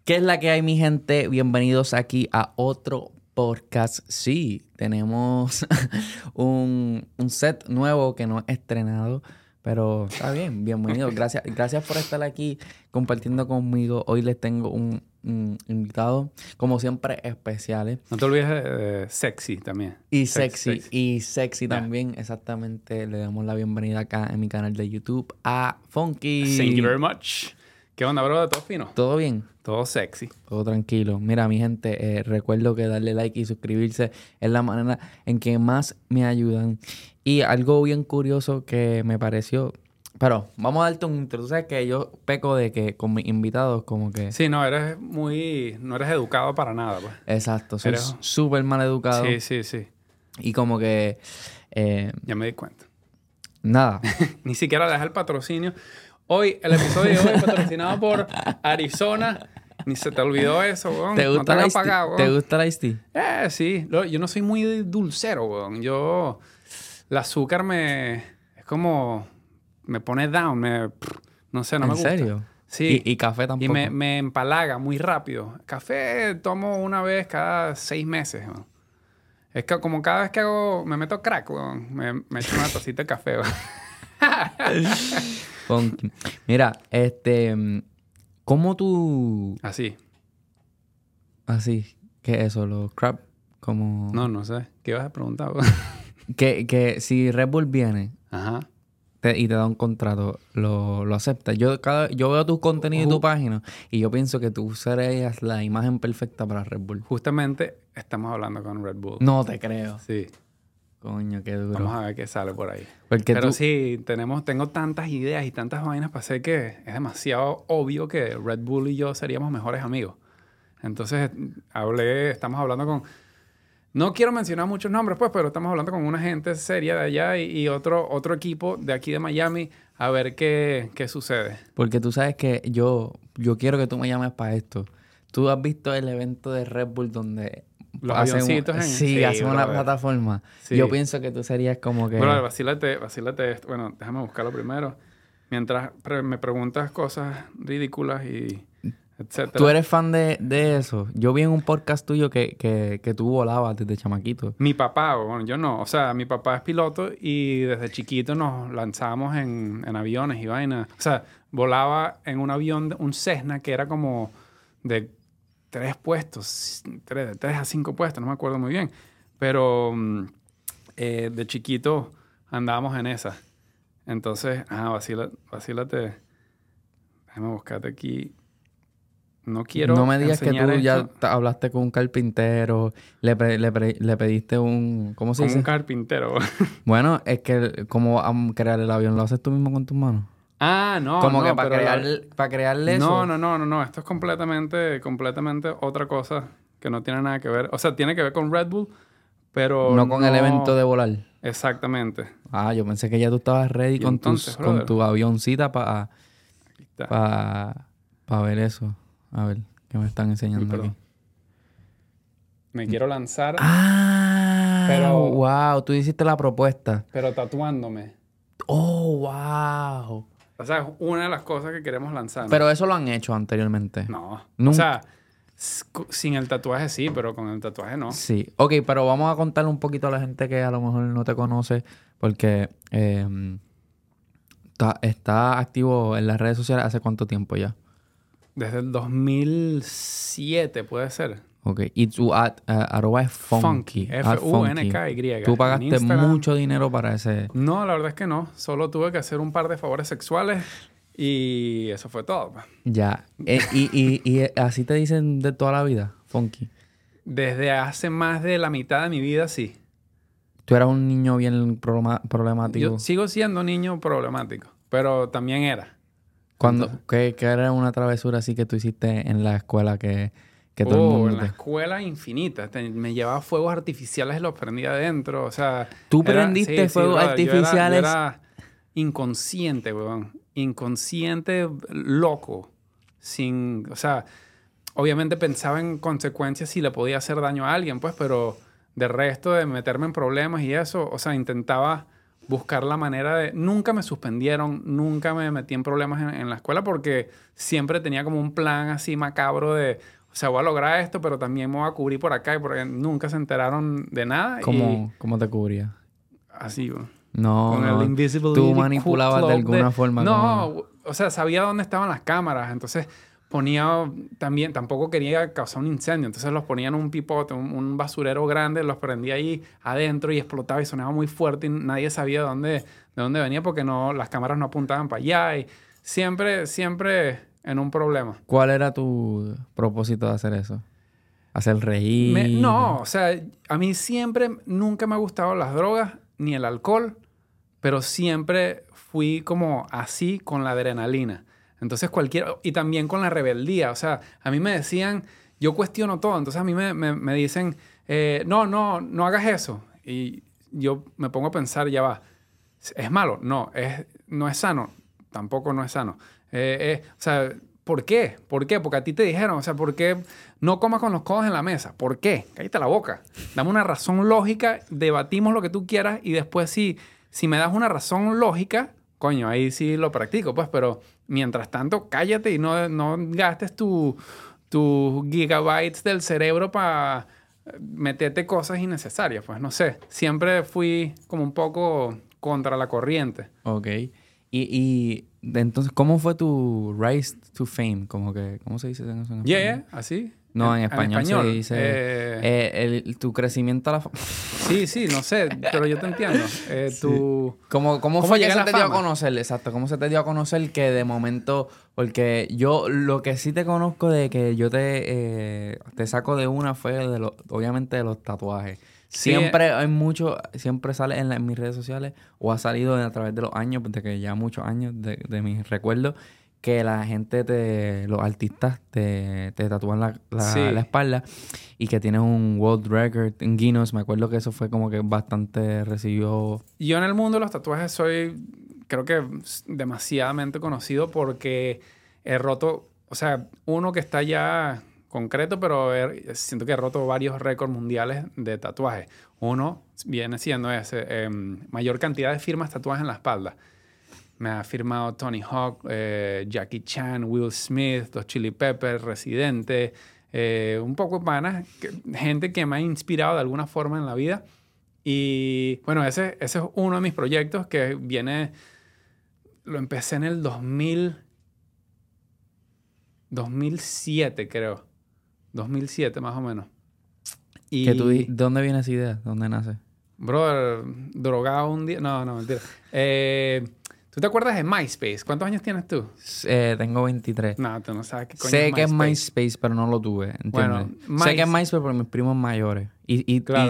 ¿Qué es la que hay, mi gente? Bienvenidos aquí a otro podcast. Sí, tenemos un set nuevo que no es estrenado, pero está bien, bienvenidos. Gracias por estar aquí compartiendo conmigo. Hoy les tengo un invitado, como siempre, especiales. No te olvides de sexy también. Y sexy también, exactamente. Le damos la bienvenida acá en mi canal de YouTube a Funky. Thank you very much. ¿Qué onda, bro? ¿Todo fino? ¿Todo bien? Todo sexy. Todo tranquilo. Mira, mi gente, recuerdo que darle like y suscribirse es la manera en que más me ayudan. Y algo bien curioso que me pareció... Pero vamos a darte un intro. Tú sabes que yo peco de que con mis invitados como que... Sí, no eres educado para nada, pues. Exacto. Soy súper mal educado. Sí. Y como que... Ya me di cuenta. Nada. Ni siquiera deja el patrocinio. Hoy, el episodio de hoy es patrocinado por Arizona. Ni se te olvidó eso, weón. ¿Te gusta no el te pagado, ¿Te gusta el Iced Tea? Sí. Yo no soy muy dulcero, weón. El azúcar es como... Me pone down. No sé, no me gusta. ¿En serio? Sí. ¿Y café tampoco? Y me empalaga muy rápido. Café tomo una vez cada 6 meses, weón. Es que como cada vez que me meto crack, weón, me echo una tacita de café, weón. Mira, ¿cómo tú...? Así. ¿Qué es eso? ¿Los crab? Como... No sé. ¿Qué ibas a preguntar, weón? Que si Red Bull viene Ajá. y te da un contrato, ¿lo aceptas? Yo veo tus contenidos y tu página y yo pienso que tú serías la imagen perfecta para Red Bull. Justamente estamos hablando con Red Bull. No te creo. Sí. Coño, qué duro. Vamos a ver qué sale por ahí. Pero sí, tengo tantas ideas y tantas vainas para hacer que es demasiado obvio que Red Bull y yo seríamos mejores amigos. Entonces, estamos hablando con... No quiero mencionar muchos nombres, pues, pero estamos hablando con una gente seria de allá y otro equipo de aquí de Miami a ver qué sucede. Porque tú sabes que yo quiero que tú me llames para esto. ¿Tú has visto el evento de Red Bull donde... Los avioncitos Sí, hacen una plataforma. Sí. Yo pienso que tú serías como que... Bueno, vacílate esto. Bueno, déjame buscarlo primero. Mientras me preguntas cosas ridículas y etcétera. ¿Tú eres fan de eso? Yo vi en un podcast tuyo que tú volabas desde chamaquito. Mi papá, bueno, yo no. O sea, mi papá es piloto y desde chiquito nos lanzábamos en aviones y vainas. O sea, volaba en un avión, un Cessna que era como de 3 puestos, de 3 a 5 puestos, no me acuerdo muy bien. Pero de chiquito andábamos en esa. Entonces, vacílate. Déjame buscarte aquí. No quiero No me digas que tú esto. ya hablaste con un carpintero, le pediste un... ¿Cómo se Como dice? un carpintero. Bueno, es que como crear el avión, ¿lo haces tú mismo con tus manos? Ah, no. Como no, que para crearle eso. No. Esto es completamente otra cosa que no tiene nada que ver. O sea, tiene que ver con Red Bull, pero No con el evento de volar. Exactamente. Ah, yo pensé que ya tú estabas ready con tu avioncita para ver eso. A ver, ¿qué me están enseñando aquí? Me quiero lanzar. Pero wow, tú hiciste la propuesta. Pero tatuándome. Oh, wow. O sea, es una de las cosas que queremos lanzar, ¿no? Pero eso lo han hecho anteriormente. No. Nunca. O sea, sin el tatuaje sí, pero con el tatuaje no. Sí. Ok, pero vamos a contarle un poquito a la gente que a lo mejor no te conoce, porque está activo en las redes sociales ¿hace cuánto tiempo ya? Desde el 2007, puede ser. Ok. Y tu arroba es Funky. F-U-N-K-Y. Tú pagaste mucho dinero para ese... No, la verdad es que no. Solo tuve que hacer un par de favores sexuales y eso fue todo. Ya. Y así te dicen de toda la vida, Funky. Desde hace más de la mitad de mi vida, sí. Tú eras un niño bien problemático. Yo sigo siendo niño problemático, pero también era. ¿Qué era una travesura así que tú hiciste en la escuela que todo el mundo... En la escuela infinita. Me llevaba fuegos artificiales y los prendía adentro. O sea... ¿Tú prendiste fuegos artificiales? Yo era inconsciente, weón. Inconsciente, loco. O sea, obviamente pensaba en consecuencias si le podía hacer daño a alguien, pues, pero de resto de meterme en problemas y eso, o sea, intentaba buscar la manera de... Nunca me suspendieron, nunca me metí en problemas en la escuela porque siempre tenía como un plan así macabro de... O sea, voy a lograr esto, pero también me voy a cubrir por acá y porque nunca se enteraron de nada. ¿Cómo te cubría? Así, bro. No, Con no. el Invisibility Tú manipulabas de alguna forma. No, o sea, sabía dónde estaban las cámaras. Entonces ponía también... Tampoco quería causar un incendio. Entonces los ponía en un pipote, un basurero grande. Los prendía ahí adentro y explotaba y sonaba muy fuerte. Y nadie sabía de dónde venía porque no, las cámaras no apuntaban para allá. Y siempre en un problema. ¿Cuál era tu propósito de hacer eso? ¿Hacer reír? No, o sea, a mí nunca me ha gustado las drogas ni el alcohol, pero siempre fui como así con la adrenalina. Entonces y también con la rebeldía. O sea, a mí me decían, yo cuestiono todo. Entonces a mí me dicen, no hagas eso. Y yo me pongo a pensar, ya va, ¿es malo? No es sano. Tampoco no es sano. O sea, ¿por qué? ¿Por qué? Porque a ti te dijeron, o sea, ¿por qué no comas con los codos en la mesa? ¿Por qué? Cállate la boca. Dame una razón lógica, debatimos lo que tú quieras y después si me das una razón lógica, coño, ahí sí lo practico, pues, pero mientras tanto, cállate y no gastes tus gigabytes del cerebro para meterte cosas innecesarias, pues, no sé. Siempre fui como un poco contra la corriente. Ok. Entonces, ¿cómo fue tu rise to fame? ¿Cómo se dice eso en español? Yeah, así. No, en español se dice tu crecimiento a la fama. Sí, no sé, pero yo te entiendo. Sí. ¿Cómo fue que se te dio a conocer? Exacto, ¿cómo se te dio a conocer que de momento... Porque yo lo que sí te conozco de que yo te saco de una fue obviamente de los tatuajes. Sí, Siempre siempre sale en mis redes sociales o ha salido a través de los años, de que ya muchos años de mis recuerdos, que la gente, los artistas te tatúan la espalda y que tienes un world record en Guinness. Me acuerdo que eso fue como que bastante recibió. Yo en el mundo de los tatuajes creo que demasiadamente conocido porque he roto, o sea, uno que está ya concreto, pero siento que he roto varios récords mundiales de tatuajes. Uno viene siendo ese, mayor cantidad de firmas tatuajes en la espalda. Me ha firmado Tony Hawk, Jackie Chan, Will Smith, Los Chili Peppers, Residente, un poco panas, gente que me ha inspirado de alguna forma en la vida. Y bueno, ese es uno de mis proyectos que lo empecé en el 2007, creo. 2007 más o menos. ¿De dónde viene esa idea? ¿Dónde nace? Brother, drogado un día. No, mentira. ¿Tú te acuerdas de MySpace? ¿Cuántos años tienes tú? Tengo 23. No, tú no sabes qué coño Sé que es MySpace, pero no lo tuve. ¿Entiendes? Bueno, sé que es MySpace por mis primos mayores. Claro.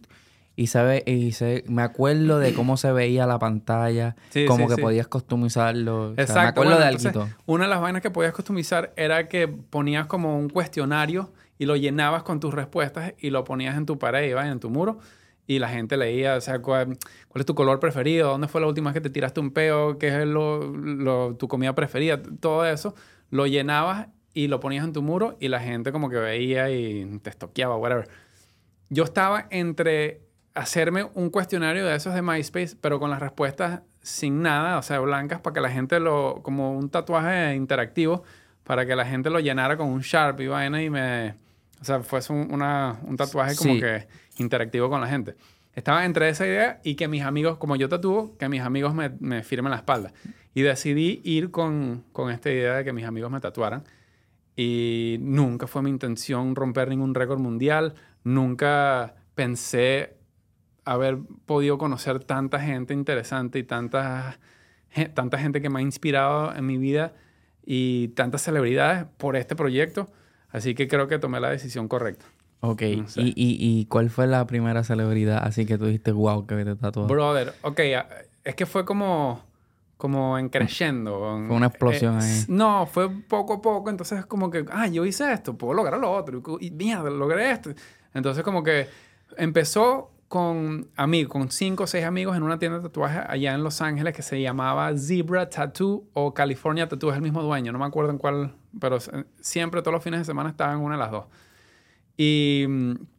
Me acuerdo de cómo se veía la pantalla, que podías customizarlo. Exacto. O sea, me acuerdo de algo. Una de las vainas que podías customizar era que ponías como un cuestionario y lo llenabas con tus respuestas y lo ponías en tu pared, en tu muro. Y la gente leía, o sea, ¿cuál es tu color preferido? ¿Dónde fue la última vez que te tiraste un peo? ¿Qué es tu comida preferida? Todo eso lo llenabas y lo ponías en tu muro y la gente como que veía y te estoqueaba, whatever. Yo estaba entre hacerme un cuestionario de esos de MySpace, pero con las respuestas sin nada, o sea, blancas, para que la gente como un tatuaje interactivo, para que la gente lo llenara con un Sharpie, vaina, o sea, fuese un tatuaje como que interactivo con la gente. Estaba entre esa idea y que mis amigos, como yo tatúo, que mis amigos me firmen la espalda. Y decidí ir con esta idea de que mis amigos me tatuaran. Y nunca fue mi intención romper ningún récord mundial. Nunca pensé haber podido conocer tanta gente interesante y tanta gente que me ha inspirado en mi vida y tantas celebridades por este proyecto. Así que creo que tomé la decisión correcta. Ok. No sé. ¿Y cuál fue la primera celebridad así que tú dijiste, wow, que te tatuó? Brother, ok. Es que fue como en creciendo. Fue una explosión ahí. No, fue poco a poco. Entonces como que, yo hice esto, puedo lograr lo otro. Y mierda, logré esto. Entonces como que empezó con 5 o 6 amigos en una tienda de tatuajes allá en Los Ángeles que se llamaba Zebra Tattoo o California Tattoo. Es el mismo dueño. No me acuerdo en cuál, pero siempre todos los fines de semana estaban en una de las dos. Y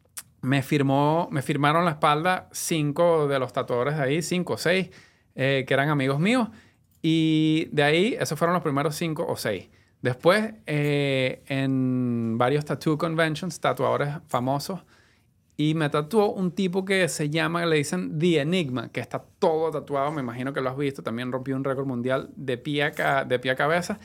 me firmaron la espalda 5 de los tatuadores de ahí, 5 o 6, que eran amigos míos. Y de ahí, esos fueron los primeros 5 o 6. Después, en varios tattoo conventions, tatuadores famosos, y me tatuó un tipo que se llama, le dicen The Enigma, que está todo tatuado, me imagino que lo has visto, también rompió un récord mundial de pie a cabeza,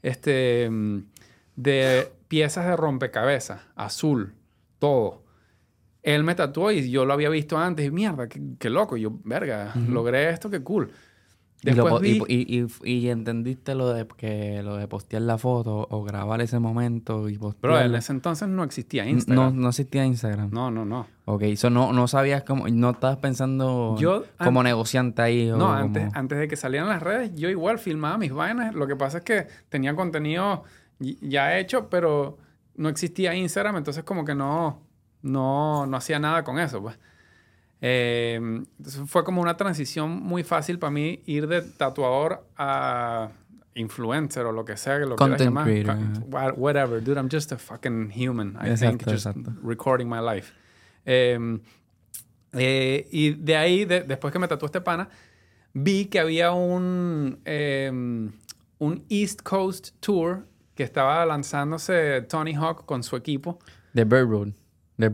de piezas de rompecabezas, azul, todo. Él me tatuó y yo lo había visto antes, y mierda, qué loco, y yo, verga, logré esto, qué cool. Después y entendiste lo de postear la foto o grabar ese momento y Bro, en ese entonces no existía Instagram. No existía Instagram. No. Ok, eso no sabías cómo... No estabas pensando como negociante ahí. No, antes de que salieran las redes, yo igual filmaba mis vainas. Lo que pasa es que tenía contenido ya hecho, pero no existía Instagram. Entonces como que no hacía nada con eso, pues. Entonces fue como una transición muy fácil para mí ir de tatuador a influencer o lo que sea que lo quieras llamar. Whatever, dude, I'm just a fucking human. I think just recording my life. Y de ahí, después que me tatuó este pana, vi que había un East Coast Tour que estaba lanzándose Tony Hawk con su equipo. The Bird Road. The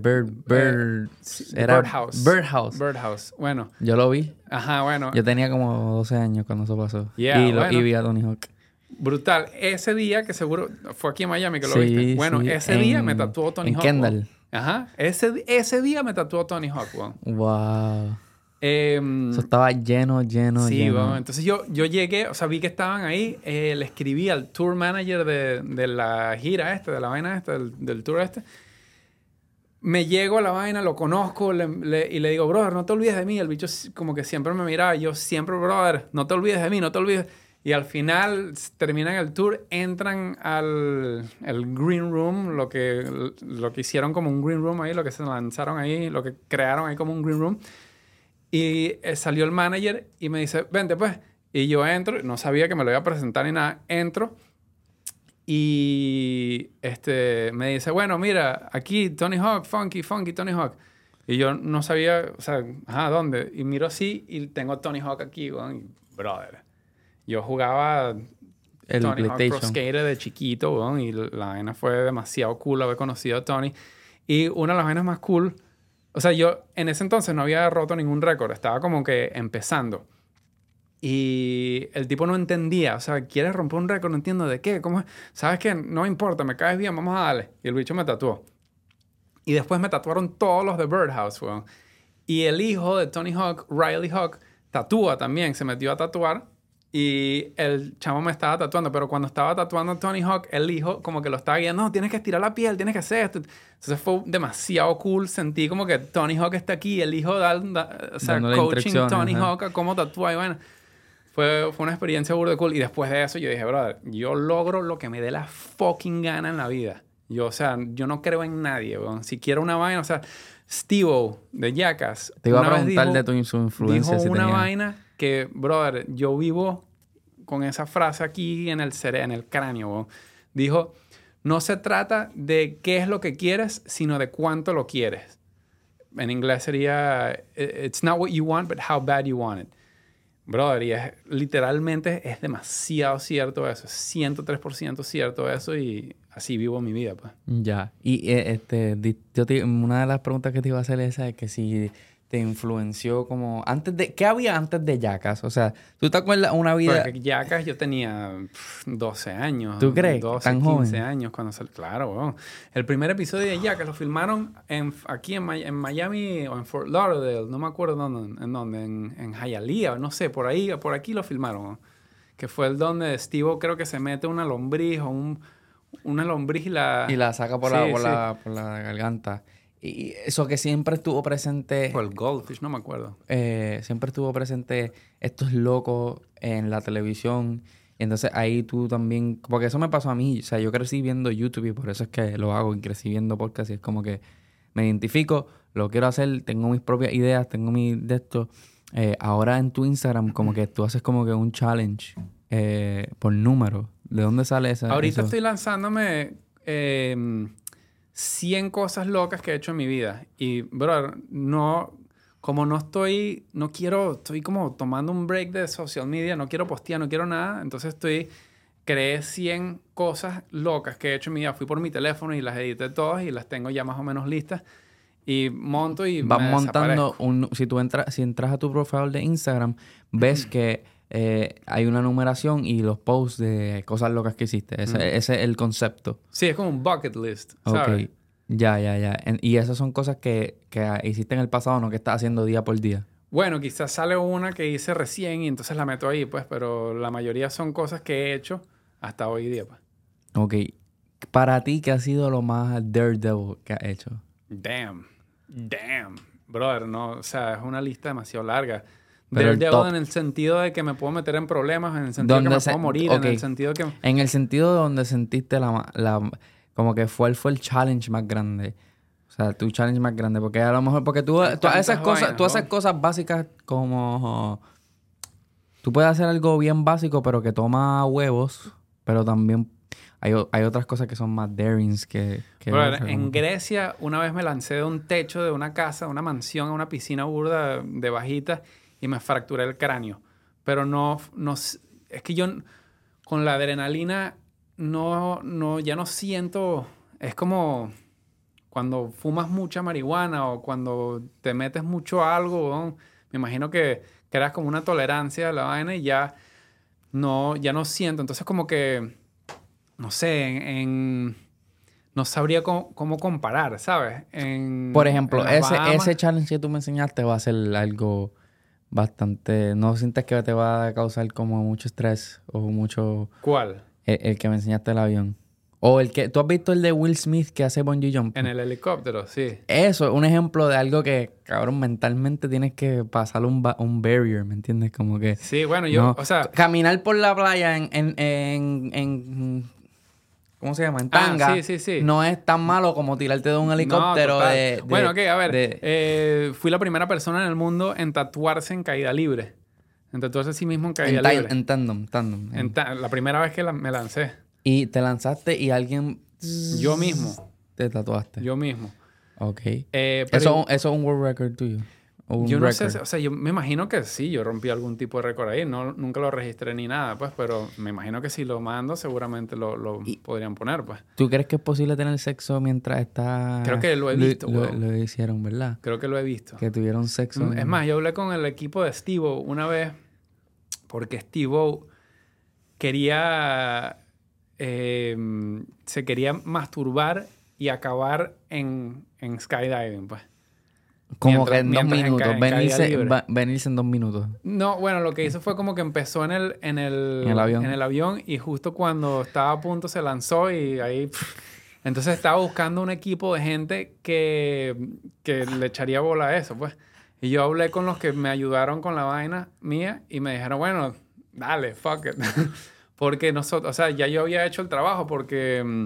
Birdhouse. Bueno. Yo lo vi. Ajá, bueno. Yo tenía como 12 años cuando eso pasó. Yeah, y vi a Tony Hawk. Brutal. Ese día, que seguro fue aquí en Miami que lo viste. Bueno, ese día me tatuó Tony Hawk. En Kendall. Ajá. Ese día me tatuó Tony Hawk, weón. Wow. Eso estaba lleno. Sí, bueno. Entonces yo llegué, o sea, vi que estaban ahí. Le escribí al tour manager de la gira de la vaina del tour Me llego a la vaina, lo conozco y le digo, brother, no te olvides de mí. El bicho como que siempre me miraba. Yo siempre, brother, no te olvides de mí, no te olvides. Y al final terminan el tour, entran al green room, lo que hicieron como un green room ahí, lo que se lanzaron ahí, lo que crearon ahí como un green room. Y salió el manager y me dice, vente pues. Y yo entro, no sabía que me lo iba a presentar ni nada. Entro. Y me dice, bueno, mira, aquí Tony Hawk, funky Tony Hawk. Y yo no sabía, o sea, ¿dónde? Y miro así y tengo Tony Hawk aquí, weón. Brother. Yo jugaba Tony Hawk Pro Skater de chiquito, weón. Y la vaina fue demasiado cool haber conocido a Tony. Y una de las vainas más cool, o sea, yo en ese entonces no había roto ningún récord. Estaba como que empezando. Y el tipo no entendía. O sea, ¿quieres romper un récord? No entiendo de qué. ¿Cómo es? ¿Sabes qué? No me importa. Me caes bien. Vamos a darle. Y el bicho me tatuó. Y después me tatuaron todos los de Birdhouse, weón. Y el hijo de Tony Hawk, Riley Hawk, tatúa también. Se metió a tatuar. Y el chamo me estaba tatuando. Pero cuando estaba tatuando a Tony Hawk, el hijo como que lo estaba guiando. No, tienes que estirar la piel. Tienes que hacer esto. Entonces fue demasiado cool. Sentí como que Tony Hawk está aquí. El hijo coaching Tony Hawk a cómo tatúa. Y bueno... Fue una experiencia burda cool. Y después de eso yo dije, brother, yo logro lo que me dé la fucking gana en la vida. Yo, o sea, yo no creo en nadie, weón. Si quiero una vaina, o sea, Steve-O de Jackass. Te iba a preguntar de tu influencia. Dijo una vaina que, brother, yo vivo con esa frase aquí en el cráneo, weón. Dijo, no se trata de qué es lo que quieres, sino de cuánto lo quieres. En inglés sería, it's not what you want, but how bad you want it. Brother, y literalmente es demasiado cierto eso. 103% cierto eso y así vivo mi vida, pues. Ya. Y una de las preguntas que te iba a hacer es esa, que si te influenció como... ¿Qué había antes de Jackass? O sea, ¿tú te acuerdas una vida...? Porque Jackass yo tenía 12 años. ¿Tú crees? 12, ¿Tan 15 joven? años cuando salió. Claro, weón. El primer episodio de Jackass lo filmaron aquí en Miami o en Fort Lauderdale. No me acuerdo en dónde. En Hialeah, no sé. Por aquí lo filmaron. ¿No? Que fue el donde Steve creo que se mete una lombriz o una lombriz y la saca por la garganta. Y eso que siempre estuvo presente... O el Goldfish, no me acuerdo. Siempre estuvo presente estos locos en la televisión. Y entonces ahí tú también... Porque eso me pasó a mí. O sea, yo crecí viendo YouTube y por eso es que lo hago. Y crecí viendo podcast y es como que me identifico, lo quiero hacer, tengo mis propias ideas, tengo mis de esto. Ahora en tu Instagram como que tú haces como que un challenge por número. ¿De dónde sale esa? Ahorita estoy lanzándome... 100 cosas locas que he hecho en mi vida. Y, brother, estoy como tomando un break de social media, no quiero postear, no quiero nada. Entonces creé 100 cosas locas que he hecho en mi vida. Fui por mi teléfono y las edité todas y las tengo ya más o menos listas. Y monto y Vas me montando desaparezco. si entras a tu profile de Instagram, ves que hay una numeración y los posts de cosas locas que hiciste. Ese es el concepto. Sí, es como un bucket list, ¿sabes? Ok. Ya. Y esas son cosas que hiciste en el pasado, no que estás haciendo día por día. Bueno, quizás sale una que hice recién y entonces la meto ahí, pues, pero la mayoría son cosas que he hecho hasta hoy día, pues. Ok. Para ti, ¿qué ha sido lo más daredevil que has hecho? Damn. Brother, no, o sea, es una lista demasiado larga. Pero el Daredevil top. en el sentido de que me puedo meter en problemas, en el sentido de que me puedo morir, ok. en el sentido de que... En el sentido donde sentiste como que fue el challenge más grande. O sea, tu challenge más grande. Porque a lo mejor, porque tú haces vainas, cosas básicas como... Tú puedes hacer algo bien básico, pero que toma huevos. Pero también hay otras cosas que son más darings que Brother, otras, en como que- Grecia una vez me lancé de un techo de una casa, una mansión, a una piscina burda de bajita y me fracturé el cráneo. Pero es que yo con la adrenalina ya no siento, es como cuando fumas mucha marihuana o cuando te metes mucho a algo, ¿no? Me imagino que creas como una tolerancia a la vaina y ya no siento. Entonces como que, no sé, no sabría cómo comparar, ¿sabes? Por En ejemplo, las Bahamas. ese challenge que tú me enseñaste va a ser algo bastante... ¿No sientes que te va a causar como mucho estrés o mucho... ¿Cuál? El que me enseñaste el avión? O el que... ¿Tú has visto el de Will Smith que hace bungee jump? En el helicóptero, sí. Eso es un ejemplo de algo que, cabrón, mentalmente tienes que pasar un barrier, ¿me entiendes? Como que... Sí, bueno, No. o sea... Caminar por la playa ¿cómo se llama? En tanga. Sí. No es tan malo como tirarte de un helicóptero total. Bueno, ok, a ver. Fui la primera persona en el mundo en tatuarse en caída libre. En tatuarse a sí mismo en caída libre. En tandem. La primera vez que me lancé. Y te lanzaste y alguien... Yo mismo. Te tatuaste. Yo mismo. Ok. Pero Eso es un world record tuyo. O un yo no record. sé, o sea, yo me imagino que sí, yo rompí algún tipo de récord ahí. Nunca lo registré ni nada, pues, pero me imagino que si lo mando seguramente lo podrían poner, pues. ¿Tú crees que es posible tener sexo mientras estás...? Creo que lo he visto, güey. Lo hicieron, ¿verdad? Creo que lo he visto. Que tuvieron sexo. Es más, yo hablé con el equipo de Steve-O una vez porque Steve-O quería... se quería masturbar y acabar en skydiving, pues. Como que en 2 mientras minutos. en caída libre. Venirse en 2 minutos. No, bueno, lo que hizo fue como que empezó en el avión y justo cuando estaba a punto se lanzó y ahí... Entonces estaba buscando un equipo de gente que le echaría bola a eso, pues. Y yo hablé con los que me ayudaron con la vaina mía y me dijeron, bueno, dale, fuck it. Porque nosotros, o sea, ya yo había hecho el trabajo porque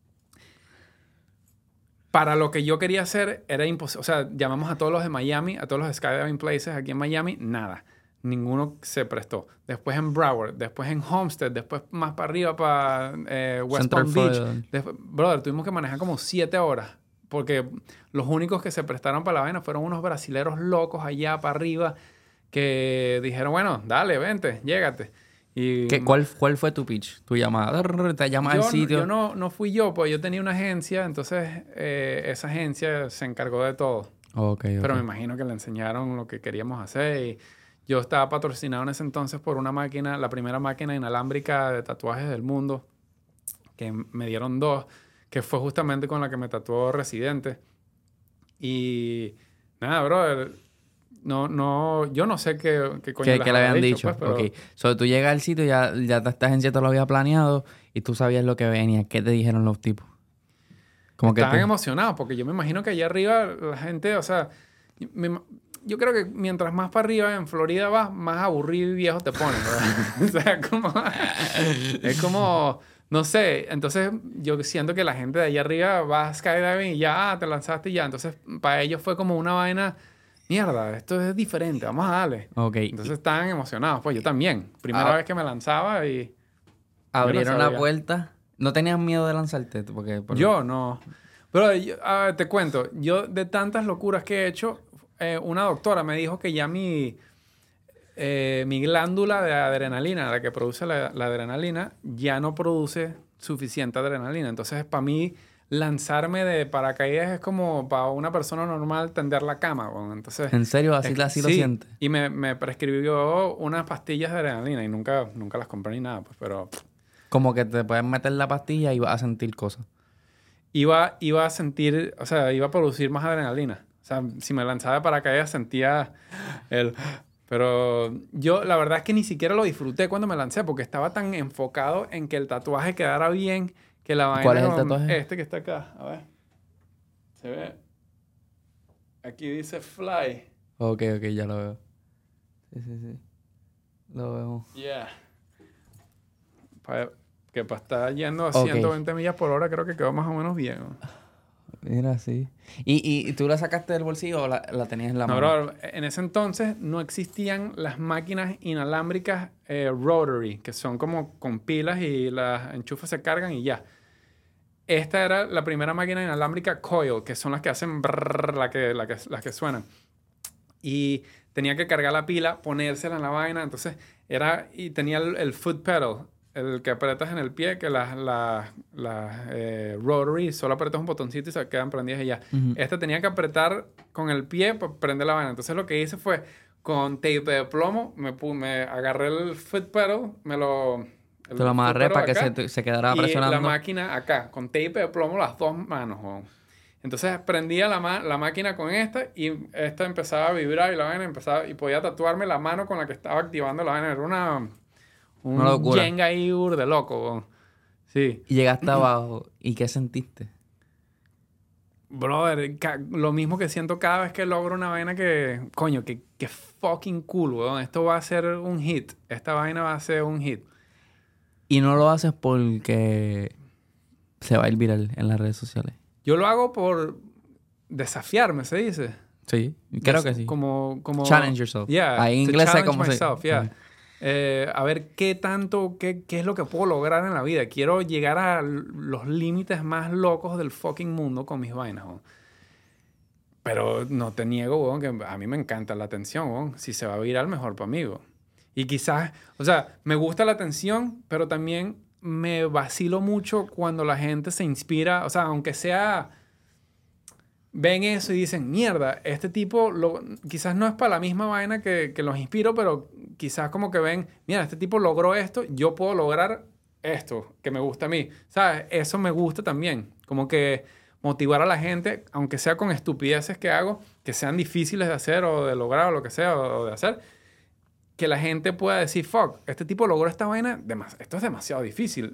para lo que yo quería hacer era imposible. O sea, llamamos a todos los de Miami, a todos los skydiving places aquí en Miami, nada. Ninguno se prestó. Después en Broward, después en Homestead, después más para arriba, para West Palm Beach. Brother, tuvimos que manejar como 7 horas. Porque los únicos que se prestaron para la vaina fueron unos brasileros locos allá para arriba que dijeron, bueno, dale, vente, llégate. Y ¿Cuál fue tu pitch? Tu llamada. Te llamas al sitio. Yo no fui yo, pues yo tenía una agencia, entonces esa agencia se encargó de todo. Okay. Pero me imagino que le enseñaron lo que queríamos hacer y yo estaba patrocinado en ese entonces por una máquina, la primera máquina inalámbrica de tatuajes del mundo, que me dieron 2, que fue justamente con la que me tatuó Residente. Y nada, brother, yo no sé qué coño ¿Qué le habían dicho? Pues, pero... Ok. So, tú llegas al sitio, ya esta agencia te lo había planeado y tú sabías lo que venía. ¿Qué te dijeron los tipos? Estaban emocionados porque yo me imagino que allá arriba la gente, o sea, yo creo que mientras más para arriba en Florida vas, más aburrido y viejo te pones, ¿verdad? O sea, es como, no sé, entonces yo siento que la gente de allá arriba va a skydiving y ya te lanzaste y ya. Entonces para ellos fue como una vaina, mierda, esto es diferente, vamos a darle. Okay. Entonces estaban emocionados, pues yo también. Primera vez que me lanzaba y... Abrieron la puerta. ¿No tenías miedo de lanzarte? Yo no. Pero te cuento, yo de tantas locuras que he hecho, una doctora me dijo que ya mi glándula de adrenalina, la que produce la adrenalina, ya no produce suficiente adrenalina. Entonces, para mí, lanzarme de paracaídas es como para una persona normal tender la cama. Bueno, entonces, ¿En serio? ¿Así lo sí, sientes? y me prescribió unas pastillas de adrenalina y nunca las compré ni nada, pues, pero Como que te puedes meter la pastilla y vas a sentir cosas. iba a sentir, o sea, iba a producir más adrenalina. O sea, si me lanzaba de paracaídas sentía el... Pero yo la verdad es que ni siquiera lo disfruté cuando me lancé porque estaba tan enfocado en que el tatuaje quedara bien que la vaina... ¿Cuál es el tatuaje? Este que está acá. A ver. Se ve. Aquí dice fly. Ok, ya lo veo. Sí. Lo veo. Yeah. Que para estar yendo a Ok. 120 millas por hora creo que quedó más o menos bien, ¿no? Mira, sí. ¿Y tú la sacaste del bolsillo o la tenías en la No, mano? bro, en ese entonces no existían las máquinas inalámbricas rotary, que son como con pilas y las enchufas se cargan y ya. Esta era la primera máquina inalámbrica coil, que son las que hacen brrr, las que suenan. Y tenía que cargar la pila, ponérsela en la vaina, entonces y tenía el foot pedal, el que apretas en el pie, que las rotary solo apretas un botoncito y se quedan prendidas y ya. Ujú. Esta tenía que apretar con el pie para prender la vaina. Entonces lo que hice fue, con tape de plomo, me agarré el foot pedal, Te lo amarré para que se quedara y presionando. la máquina acá, con tape de plomo las dos manos, weón. Entonces prendía la máquina con esta y esta empezaba a vibrar y la vaina empezaba... Y podía tatuarme la mano con la que estaba activando la vaina. Era Una un locura. Jenga ahí de loco, weón. Sí. Y llegaste abajo. ¿Y qué sentiste? Brother, lo mismo que siento cada vez que logro una vaina que... Coño, que fucking cool, weón. Esto va a ser un hit. Esta vaina va a ser un hit. Y no lo haces porque se va a ir viral en las redes sociales. Yo lo hago por desafiarme, se dice. Sí, creo que sí. Como... Challenge yourself. Yeah, Ahí en to inglés sé challenge cómo se... myself, yeah. A ver qué es lo que puedo lograr en la vida. Quiero llegar a los límites más locos del fucking mundo con mis vainas, weón. Pero no te niego, weón, que a mí me encanta la atención, weón. Si se va a viral, mejor para mí, weón. Y quizás, o sea, me gusta la atención, pero también me vacilo mucho cuando la gente se inspira, o sea, aunque sea... Ven eso y dicen, mierda, este tipo quizás no es para la misma vaina que los inspiro, pero quizás como que ven, mira, este tipo logró esto, yo puedo lograr esto que me gusta a mí. ¿Sabes? Eso me gusta también. Como que motivar a la gente, aunque sea con estupideces que hago, que sean difíciles de hacer o de lograr o lo que sea, o de hacer, que la gente pueda decir, fuck, este tipo logró esta vaina, esto es demasiado difícil,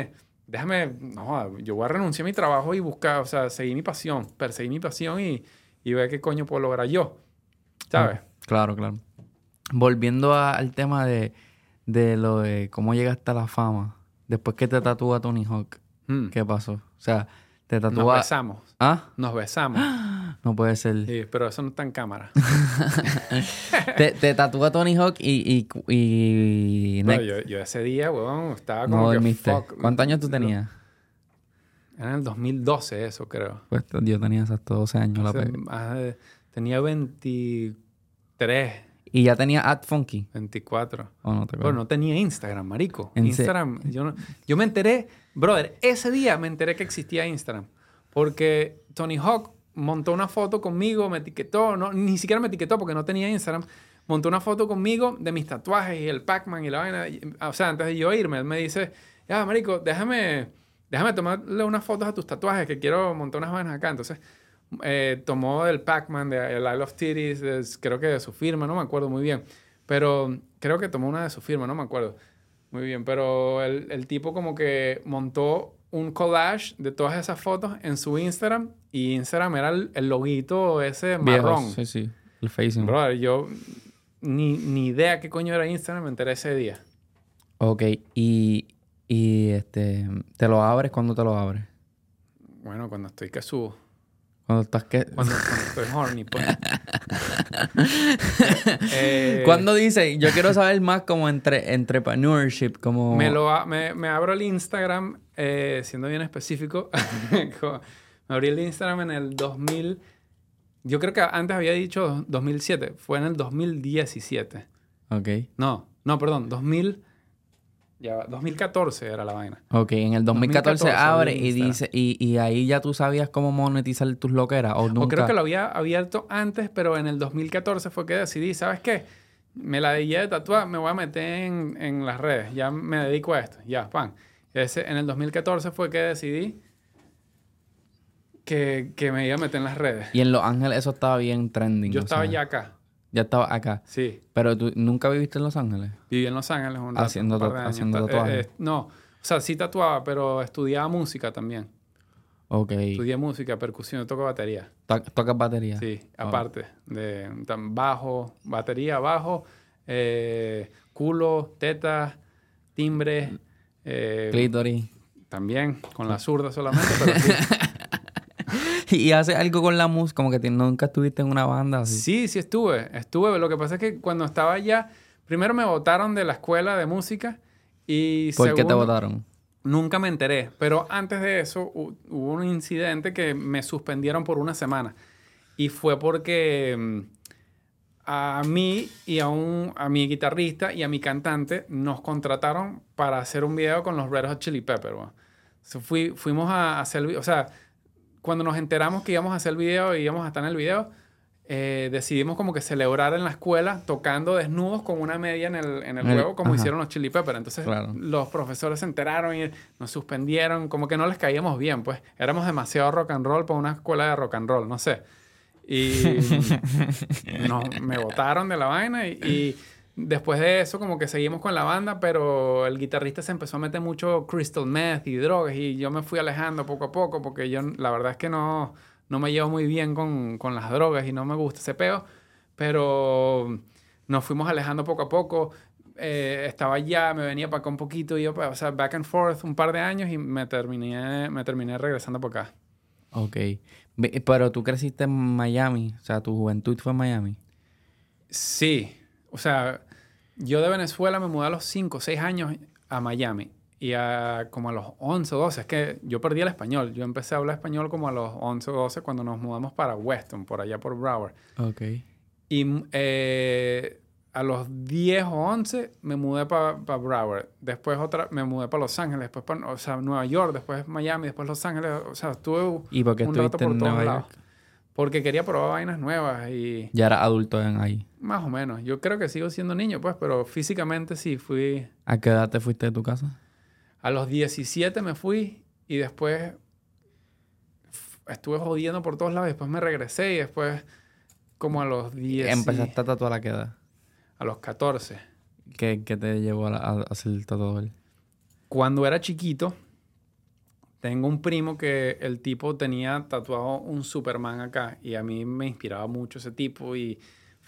no, yo voy a renunciar a mi trabajo y buscar, o sea, perseguir mi pasión y ver qué coño puedo lograr yo, ¿sabes? Claro. Volviendo al tema de lo de cómo llegaste a la fama, después que te tatúa Tony Hawk, ¿qué pasó? O sea, te tatúa... Nos besamos. ¿Ah? Nos besamos. No puede ser. Sí, pero eso no está en cámara. te tatúa Tony Hawk y Bueno, yo ese día, weón, estaba como no que dormiste. fuck. ¿Cuántos años tú tenías? Era en el 2012 eso, creo. Pues yo tenía hasta 12 años la pegué. Tenía 23, ¿Y ya tenía AdFunky? 24. ¿O no te acuerdas? Bueno, no tenía Instagram, marico. ¿En Instagram, yo me enteré, brother, ese día me enteré que existía Instagram. Porque Tony Hawk montó una foto conmigo, me etiquetó, ni siquiera me etiquetó porque no tenía Instagram. Montó una foto conmigo de mis tatuajes y el Pac-Man y la vaina. O sea, antes de yo irme, él me dice, ya, marico, déjame tomarle unas fotos a tus tatuajes que quiero montar unas vainas acá. Entonces, tomó el Pac-Man de I Love Titties, creo que de su firma, no me acuerdo muy bien. Pero creo que tomó una de su firma, no me acuerdo muy bien. Pero el tipo como que montó un collage de todas esas fotos en su Instagram. Y Instagram era el loguito ese marrón. Viejos, sí. El facing. Brother, yo ni idea qué coño era Instagram, me enteré ese día. Ok. Y ¿te lo abres? ¿Cuándo te lo abres? Bueno, cuando estoy que subo. Cuando estás que... Cuando estoy horny, pues. ¿Cuándo dice? Yo quiero saber más como entrepreneurship, como... Me abro el Instagram, siendo bien específico. Me abrí el Instagram en el 2000. Yo creo que antes había dicho 2007. Fue en el 2017. Ok. No, perdón. 2014 era la vaina. Ok, en el 2014 2014 abre abrí y dice... Y ahí ya tú sabías cómo monetizar tus loqueras, ¿o nunca? O creo que lo había abierto antes, pero en el 2014 fue que decidí, ¿sabes qué? Me la dejé de tatuar, me voy a meter en las redes. Ya me dedico a esto. Ya, pan. En el 2014 fue que decidí que me iba a meter en las redes. Y en Los Ángeles eso estaba bien trending. Yo o estaba sea, ya acá. Ya estaba acá. Sí. Pero tú nunca viviste en Los Ángeles. Viví en Los Ángeles un rato, Haciendo un par de años. haciendo tatuajes. No, o sea, sí tatuaba, pero estudiaba música también. Ok. Estudié música, percusión, toco batería. ¿Tocas batería? Sí, Oh. aparte de bajo, batería, bajo, culo, teta, timbre. Clítoris. También, con la zurda solamente, pero sí. ¿Y haces algo con la música? Como que nunca estuviste en una banda así. Sí estuve. Lo que pasa es que cuando estaba allá, primero me botaron de la escuela de música y ¿Por qué te segundo, votaron? nunca me enteré. Pero antes de eso hubo un incidente que me suspendieron por una semana. Y fue porque a mí y a mi guitarrista y a mi cantante nos contrataron para hacer un video con los Red Hot Chili Peppers. Bueno. Fuimos a hacer... O sea, cuando nos enteramos que íbamos a hacer el video y íbamos a estar en el video, decidimos como que celebrar en la escuela tocando desnudos con una media en el juego, como hicieron los Chili Peppers. Entonces, claro, los profesores se enteraron y nos suspendieron. Como que no les caíamos bien, pues. Éramos demasiado rock and roll para una escuela de rock and roll, no sé. Y me botaron de la vaina y después de eso como que seguimos con la banda, pero el guitarrista se empezó a meter mucho crystal meth y drogas y yo me fui alejando poco a poco porque yo la verdad es que no me llevo muy bien con las drogas y no me gusta ese peo, pero nos fuimos alejando poco a poco. Estaba allá, me venía para acá un poquito y yo, o sea, back and forth un par de años y me terminé regresando para acá. Ok. Pero tú creciste en Miami, o sea, tu juventud fue en Miami. Sí, o sea, yo de Venezuela me mudé a los 5 o 6 años a Miami. Y como a los 11 o 12, es que yo perdí el español. Yo empecé a hablar español como a los 11 o 12 cuando nos mudamos para Weston, por allá por Broward. Ok. Y a los 10 o 11 me mudé para Broward. Después me mudé para Los Ángeles, después para Nueva York, después Miami, después Los Ángeles. O sea, estuve ¿Y por qué un rato estuviste por en todos Nueva lados. York? Porque quería probar vainas nuevas y... Ya eras adulto ahí. Más o menos. Yo creo que sigo siendo niño, pues, pero físicamente sí fui... ¿A qué edad te fuiste de tu casa? A los 17 me fui y después estuve jodiendo por todos lados. Después me regresé y después como a los 10... ¿Empezaste a tatuar a la qué edad? A los 14. ¿Qué te llevó a hacer tatuador? Cuando era chiquito, tengo un primo que el tipo tenía tatuado un Superman acá y a mí me inspiraba mucho ese tipo y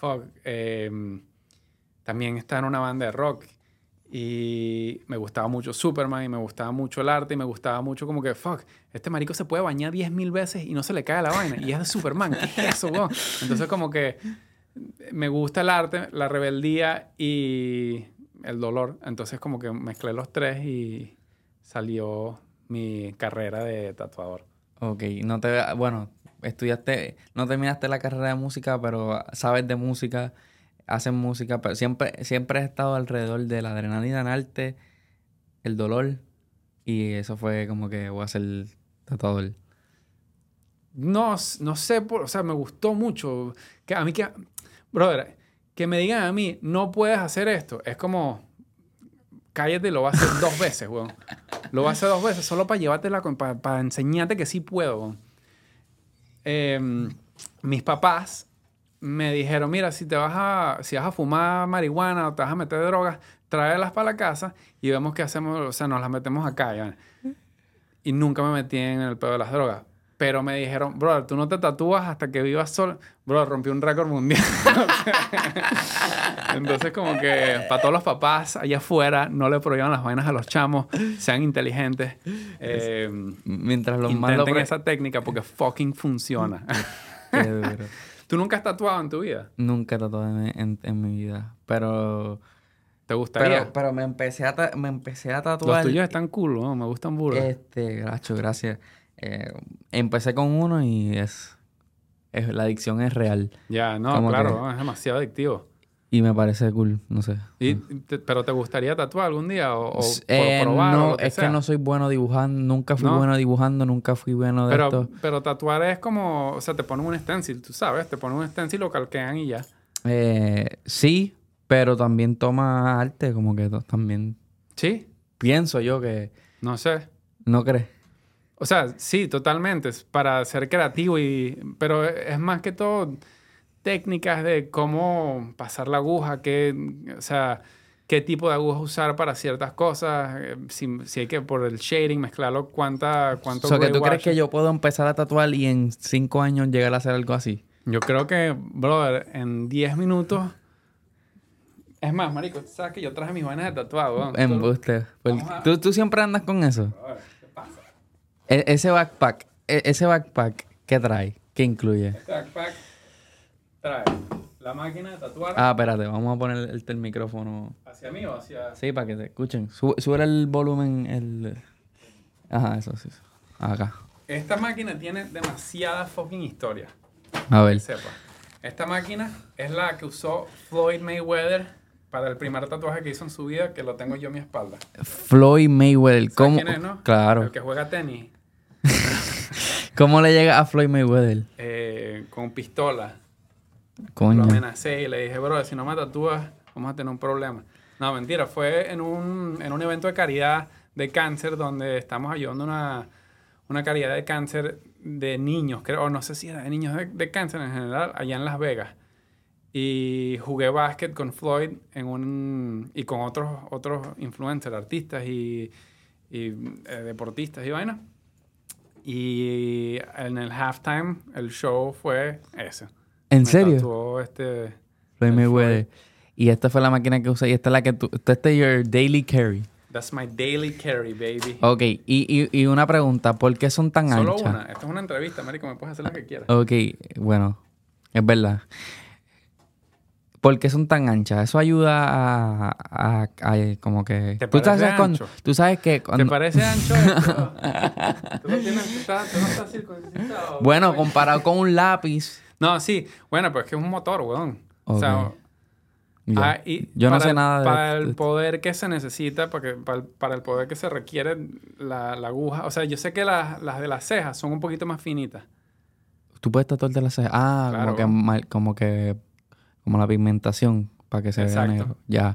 también estaba en una banda de rock y me gustaba mucho Superman y me gustaba mucho el arte y me gustaba mucho como que este marico se puede bañar 10,000 veces y no se le cae la vaina y es de Superman. ¿Qué es eso, bro? Entonces como que me gusta el arte, la rebeldía y el dolor. Entonces como que mezclé los tres y salió mi carrera de tatuador. Ok. Bueno, no terminaste la carrera de música, pero sabes de música, haces música, pero siempre has estado alrededor de la adrenalina en arte, el dolor, y eso fue como que voy a ser tatuador. No sé, o sea, me gustó mucho. Brother, que me digan a mí, no puedes hacer esto, es como, cállate, lo vas a hacer 2 veces, weón. Lo vas a hacer 2 veces, solo para llevártela, para enseñarte que sí puedo, weón. Mis papás me dijeron, mira, si vas a fumar marihuana o te vas a meter drogas, tráelas para la casa y vemos qué hacemos, o sea, nos las metemos acá, ¿ya? Y nunca me metí en el pedo de las drogas. Pero me dijeron, brother, tú no te tatúas hasta que vivas solo. Brother, rompí un récord mundial. Entonces, como que para todos los papás allá afuera, no le prohíban las vainas a los chamos. Sean inteligentes. Mientras los más intenten esa técnica porque fucking funciona. Qué duro. ¿Tú nunca has tatuado en tu vida? Nunca he tatuado en mi vida, pero... ¿Te gustaría? Pero me empecé a tatuar... Los tuyos están cool, ¿no? Me gustan burda. Gacho, gracias. Empecé con uno y la adicción es real. Ya, no, Como claro, que- no, es demasiado adictivo. Y me parece cool, no sé. ¿Pero te gustaría tatuar algún día o probar o No, lo que es sea? que no soy bueno dibujando. Nunca fui ¿No? bueno dibujando, nunca fui bueno de esto. Pero tatuar es como... O sea, te ponen un stencil, tú sabes. Te ponen un stencil, lo calquean y ya. Sí, pero también toma arte, como que también ¿Sí? pienso yo que... No sé. ¿No crees? O sea, sí, totalmente. Es para ser creativo pero es más que todo técnicas de cómo pasar la aguja, o sea, qué tipo de aguja usar para ciertas cosas, si hay que por el shading mezclarlo, cuánto O sea, que gray tú crees wash. que yo puedo empezar a tatuar y en 5 años llegar a hacer algo así. Yo creo que, brother, en 10 minutos... Es más, marico, tú sabes que yo traje mis vainas de tatuado, weón. Embuste. Vamos a- ¿Tú siempre andas con eso? Brother, ¿qué pasa? Ese backpack, ¿qué trae? ¿Qué incluye? Este backpack trae la máquina de tatuar Espérate, vamos a poner el micrófono. hacia mí o hacia... Sí, para que te escuchen. Sube el volumen, Ajá, eso, sí. Acá. Esta máquina tiene demasiada fucking historia. A ver. Que sepa. Esta máquina es la que usó Floyd Mayweather para el primer tatuaje que hizo en su vida, que lo tengo yo en mi espalda. Floyd Mayweather. ¿Sabes ¿Cómo? quién es, no? Claro. El que juega tenis ¿Cómo le llega a Floyd Mayweather? con pistola. Lo Coño. amenacé y le dije, bro, si no me tatúas, vamos a tener un problema. No, mentira. Fue en un evento de caridad de cáncer donde estamos ayudando una caridad de cáncer de niños, creo, o no sé si era de niños de cáncer en general, allá en Las Vegas. Y jugué básquet con Floyd y con otros influencers, artistas y deportistas y vaina. Y en el halftime, el show fue ese. ¿En Me serio? tatuó Floyd el Mayweather. Y esta fue la máquina que usé. Y esta es la que tú... Este es your daily carry. That's my daily carry, baby. Ok. Y una pregunta. ¿Por qué son tan Solo anchas? una. Esta es una entrevista, marico. Me puedes hacer lo que quieras. Ok. Bueno. Es verdad. ¿Por qué son tan anchas? Eso ayuda a como que... ¿Te ¿Tú parece sabes cuando, ancho? tú sabes que ¿Te cuando... parece ancho esto? ¿Tú no estás circuncisado? Bueno, comparado con un lápiz... No, sí. Bueno, pues es que es un motor, weón. O Ok. sea... Ya. y Yo no para sé el- nada de... Para el poder que se necesita, para el poder que se requiere la aguja. O sea, yo sé que las de las cejas son un poquito más finitas. Tú puedes tatuarte las cejas. Claro. Como la pigmentación para que se vea Exacto. negro. Ya.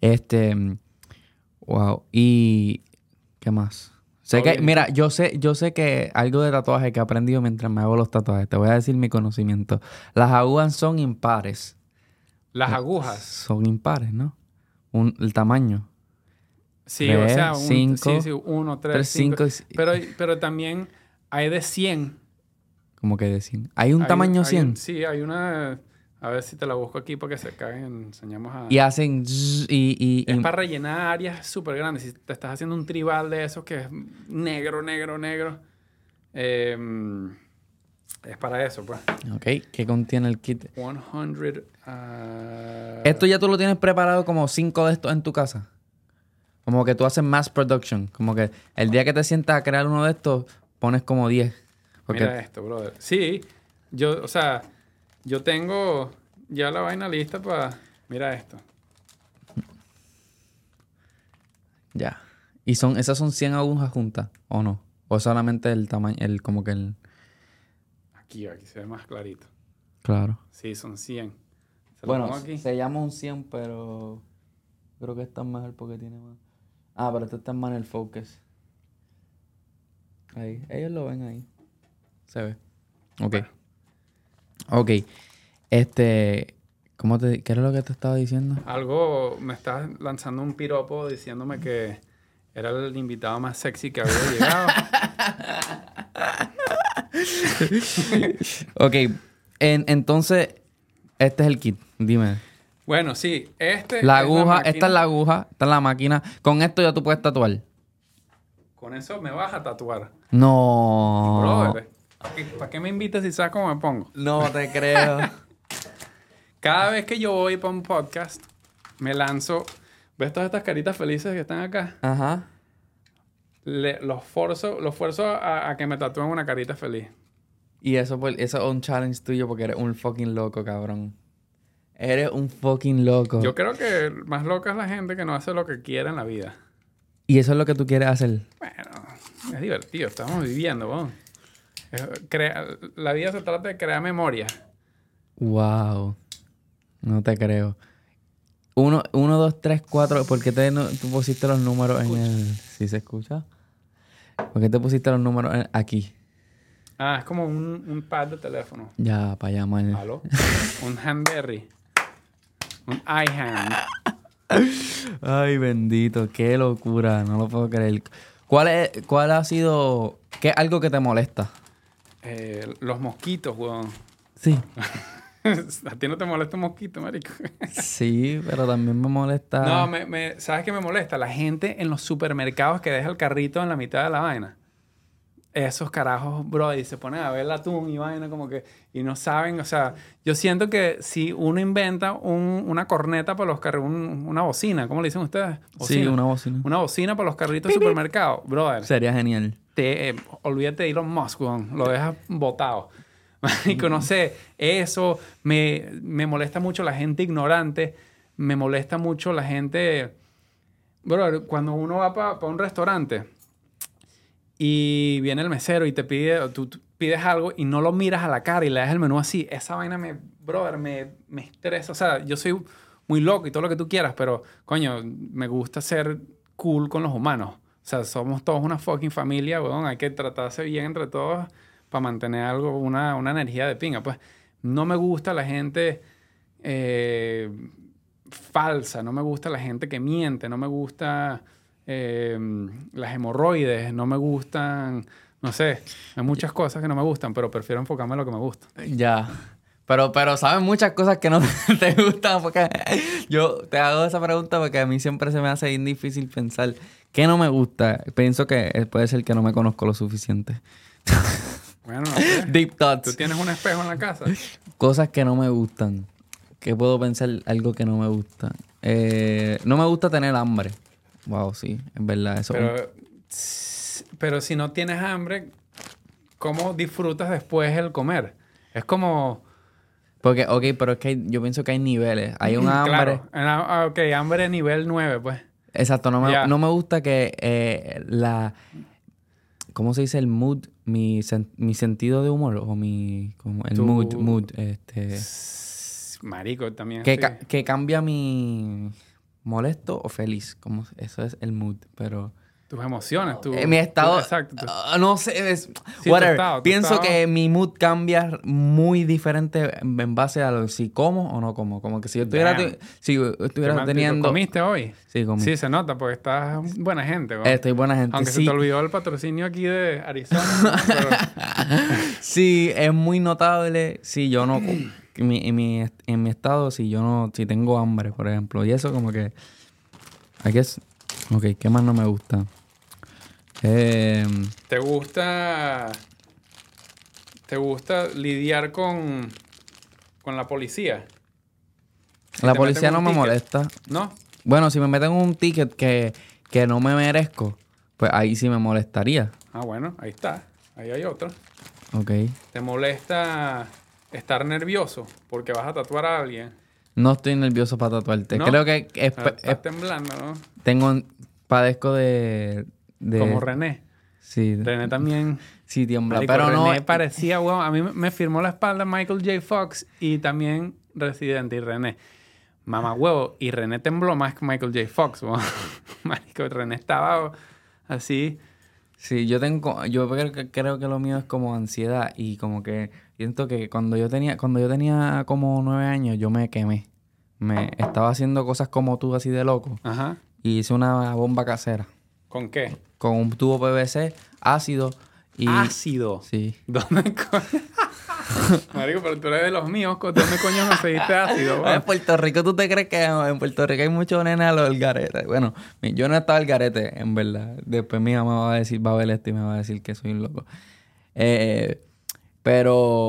Wow. Y ¿qué más? Sé Todo que, bien. mira, yo sé que algo de tatuaje que he aprendido mientras me hago los tatuajes. Te voy a decir mi conocimiento. Las agujas son impares. Las agujas. Son impares, ¿no? El tamaño. Sí, 3, o sea, 5, sí, 1, 3, 3, 5. 5. Pero también hay de 100. Como que de 100. ¿Hay un tamaño 100? Sí, hay una... A ver si te la busco aquí para que se caguen. Enseñamos a... Y hacen... y Es para rellenar áreas súper grandes. Si te estás haciendo un tribal de esos que es negro, es para eso, pues. Ok. ¿Qué contiene el kit? 100... Esto ya tú lo tienes preparado como 5 de estos en tu casa. Como que tú haces mass production. Como que el día que te sientas a crear uno de estos, pones como 10. Porque Mira esto, brother. Sí, yo tengo ya la vaina lista para... Mira esto. ya. ¿Y esas son 100 agujas juntas o no? ¿O solamente el tamaño, como que el... Aquí se ve más clarito. Claro. Sí, son 100. Se lo Bueno, pongo aquí. se llama un 100, pero creo que está mejor porque tiene más... pero este está más en el focus. Ahí. Ellos lo ven ahí. Se ve. Ok. Ok. ¿Qué era lo que te estaba diciendo? Algo, me estás lanzando un piropo diciéndome que era el invitado más sexy que había llegado. Ok. Entonces, este es el kit. Dime. Bueno, sí, La aguja, máquina. esta es la aguja, esta es la máquina. Con esto ya tú puedes tatuar. Con eso me vas a tatuar. No. Brother, ¿para qué me invitas si sabes cómo me pongo? No te creo. Cada vez que yo voy para un podcast, me lanzo... ¿Ves todas estas caritas felices que están acá? Ajá. los forzo a que me tatúen una carita feliz. Y eso es un challenge tuyo porque eres un fucking loco, cabrón. Eres un fucking loco. Yo creo que más loca es la gente que no hace lo que quiere en la vida. Y eso es lo que tú quieres hacer. Bueno, es divertido. Estamos viviendo, weón. La vida se trata de crear memoria. Wow. No te creo. 1, 2, 3, 4. ¿Por qué tú pusiste los números en el... ¿Sí se escucha? ¿Por qué te pusiste los números aquí? Ah, es como un pad de teléfono. Ya, para llamar. ¿Aló? Un handberry. Un iHand. Ay, bendito. Qué locura. No lo puedo creer. ¿Cuál ha sido... ¿Qué es algo que te molesta? Los mosquitos, weón. Sí. ¿A ti no te molesta un mosquito, marico? Sí, pero también me molesta... No, ¿sabes qué me molesta? La gente en los supermercados que deja el carrito en la mitad de la vaina. Esos carajos, bro, y se ponen a ver el atún y vaina como que... Y no saben, o sea... Yo siento que si uno inventa una corneta para los carritos... Una bocina, ¿cómo le dicen ustedes? Sí, una bocina. Una bocina para los carritos de supermercado. Brother, Sería genial. olvídate de Elon Musk, weón. Lo dejas botado. Marico, no sé. Eso me molesta mucho la gente ignorante. Me molesta mucho la gente... Brother, cuando uno va para un restaurante... Y viene el mesero y te pide, o tú pides algo y no lo miras a la cara y le das el menú así. Esa vaina me estresa. O sea, yo soy muy loco y todo lo que tú quieras, pero, coño, me gusta ser cool con los humanos. O sea, somos todos una fucking familia, weón. Hay que tratarse bien entre todos para mantener algo, una energía de pinga. Pues, no me gusta la gente falsa. No me gusta la gente que miente. No me gusta... las hemorroides, no me gustan, no sé, hay muchas cosas que no me gustan, pero prefiero enfocarme en lo que me gusta. Ya. Pero sabes muchas cosas que no te gustan porque yo te hago esa pregunta porque a mí siempre se me hace bien difícil pensar qué no me gusta. Pienso que puede ser que no me conozco lo suficiente. Bueno, no sé. Deep thoughts. ¿Tú tienes un espejo en la casa? Cosas que no me gustan. ¿Qué puedo pensar? Algo que no me gusta. No me gusta tener hambre. Wow, sí, es verdad eso. Pero si no tienes hambre, ¿cómo disfrutas después el comer? Es como... Porque, ok, pero es que yo pienso que hay niveles. Hay un hambre... Claro. Ok, hambre nivel 9, pues. Exacto. No me gusta que ¿cómo se dice? El mood, mi sentido de humor o el mood. Marico, también. Que cambia mi... molesto o feliz. Eso es el mood, pero... Tus emociones, mi estado... exacto. No sé, Sí, whatever. tu Pienso estado. que mi mood cambia muy diferente en base a si como o no como. Como que si yo estuviera teniendo... ¿Comiste hoy? Sí, comí. Sí, se nota porque estás buena gente. ¿no? Estoy buena gente. Aunque sí. se te olvidó el patrocinio aquí de Arizona. ¿no? Pero... Sí, es muy notable. Sí, yo no... en mi estado, si tengo hambre, por ejemplo. Y eso como que... Ok, ¿qué más no me gusta? ¿Te gusta lidiar con la policía? La policía no me molesta. ¿No? Bueno, si me meten un ticket que no me merezco, pues ahí sí me molestaría. Ah, bueno, ahí está. Ahí hay otro. Ok. ¿Te molesta estar nervioso porque vas a tatuar a alguien? No estoy nervioso para tatuarte. ¿No? Creo que Estás temblando, ¿no? Padezco de... Como René. Sí. René también... Sí, tiembla. Marico, Pero no... René parecía, weón. A mí me firmó la espalda Michael J. Fox y también Residente y René. Mamá huevo. Y René tembló más que Michael J. Fox, weón. Marico, René estaba así. Sí, yo creo que lo mío es como ansiedad y como que siento que cuando yo tenía como 9 años yo me quemé. Me estaba haciendo cosas como tú así de loco Ajá. y hice una bomba casera ¿Con qué? con un tubo PVC, ácido y... Ácido. Sí. ¿Dónde coño? Marico, pero tú eres de los míos. ¿Dónde coño me pediste ácido, En weón? Puerto Rico, ¿tú te crees que en Puerto Rico hay muchos nenes a los del garete? Bueno, yo no estaba al garete, en verdad. Después mi mamá va a ver esto y me va a decir que soy un loco. Pero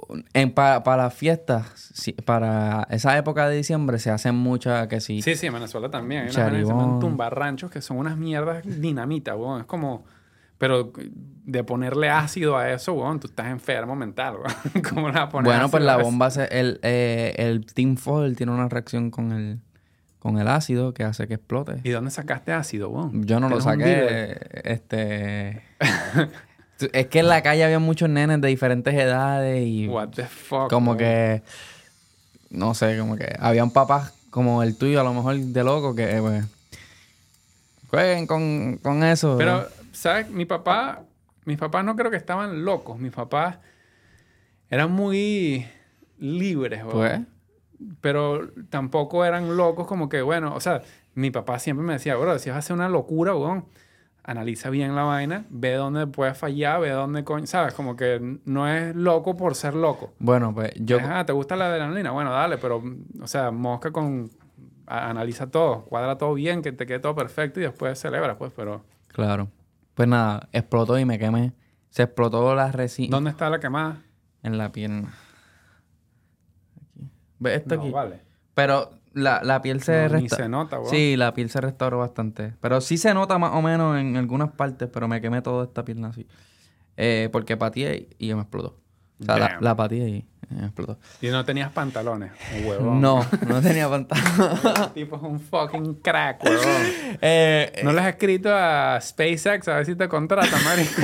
Para las fiestas, sí, para esa época de diciembre se hacen muchas que sí. Sí, en Venezuela también. Hay unas vainas que se llaman Charibón. tumbarranchos que son unas mierdas dinamita, weón. Es como... Pero de ponerle ácido a eso, weón, tú estás enfermo mental, weón. ¿Cómo le vas a poner Bueno, pues ácido la a eso? bomba, el tin foil tiene una reacción con el ácido que hace que explote. ¿Y dónde sacaste ácido, weón? Yo no lo ¿Tienes un dealer? saqué, es que en la calle había muchos nenes de diferentes edades y What the fuck, como weón? que, no sé, como que habían papás como el tuyo, a lo mejor de loco, que pues, jueguen con eso. Pero, ¿sabes? Mis papás no creo que estaban locos. Mis papás eran muy libres, weón. Pues, Pero tampoco eran locos como que, bueno, o sea, mi papá siempre me decía, bro, si vas a hacer una locura, weón, analiza bien la vaina, ve dónde puedes fallar, ve dónde coño, ¿sabes? Como que no es loco por ser loco. bueno, pues yo, ¿Te gusta la adrenalina? Bueno, dale, pero, o sea, mosca con... analiza todo, cuadra todo bien, que te quede todo perfecto y después celebras, pues, pero... claro. Pues nada, explotó y me quemé. Se explotó la resina ¿Dónde está la quemada? en la pierna. Aquí. ¿Ves esto No, aquí? vale. Pero la piel se No, ni se nota, weón. Sí, la piel se restauró bastante. Pero sí se nota más o menos en algunas partes, pero me quemé toda esta pierna así. Porque pateé y me explotó. O sea, Damn. la pateé y me explotó. Y no tenías pantalones, huevón. No tenía pantalón. El tipo es un fucking crack, huevón. ¿No le has escrito a SpaceX a ver si te contrata, marico?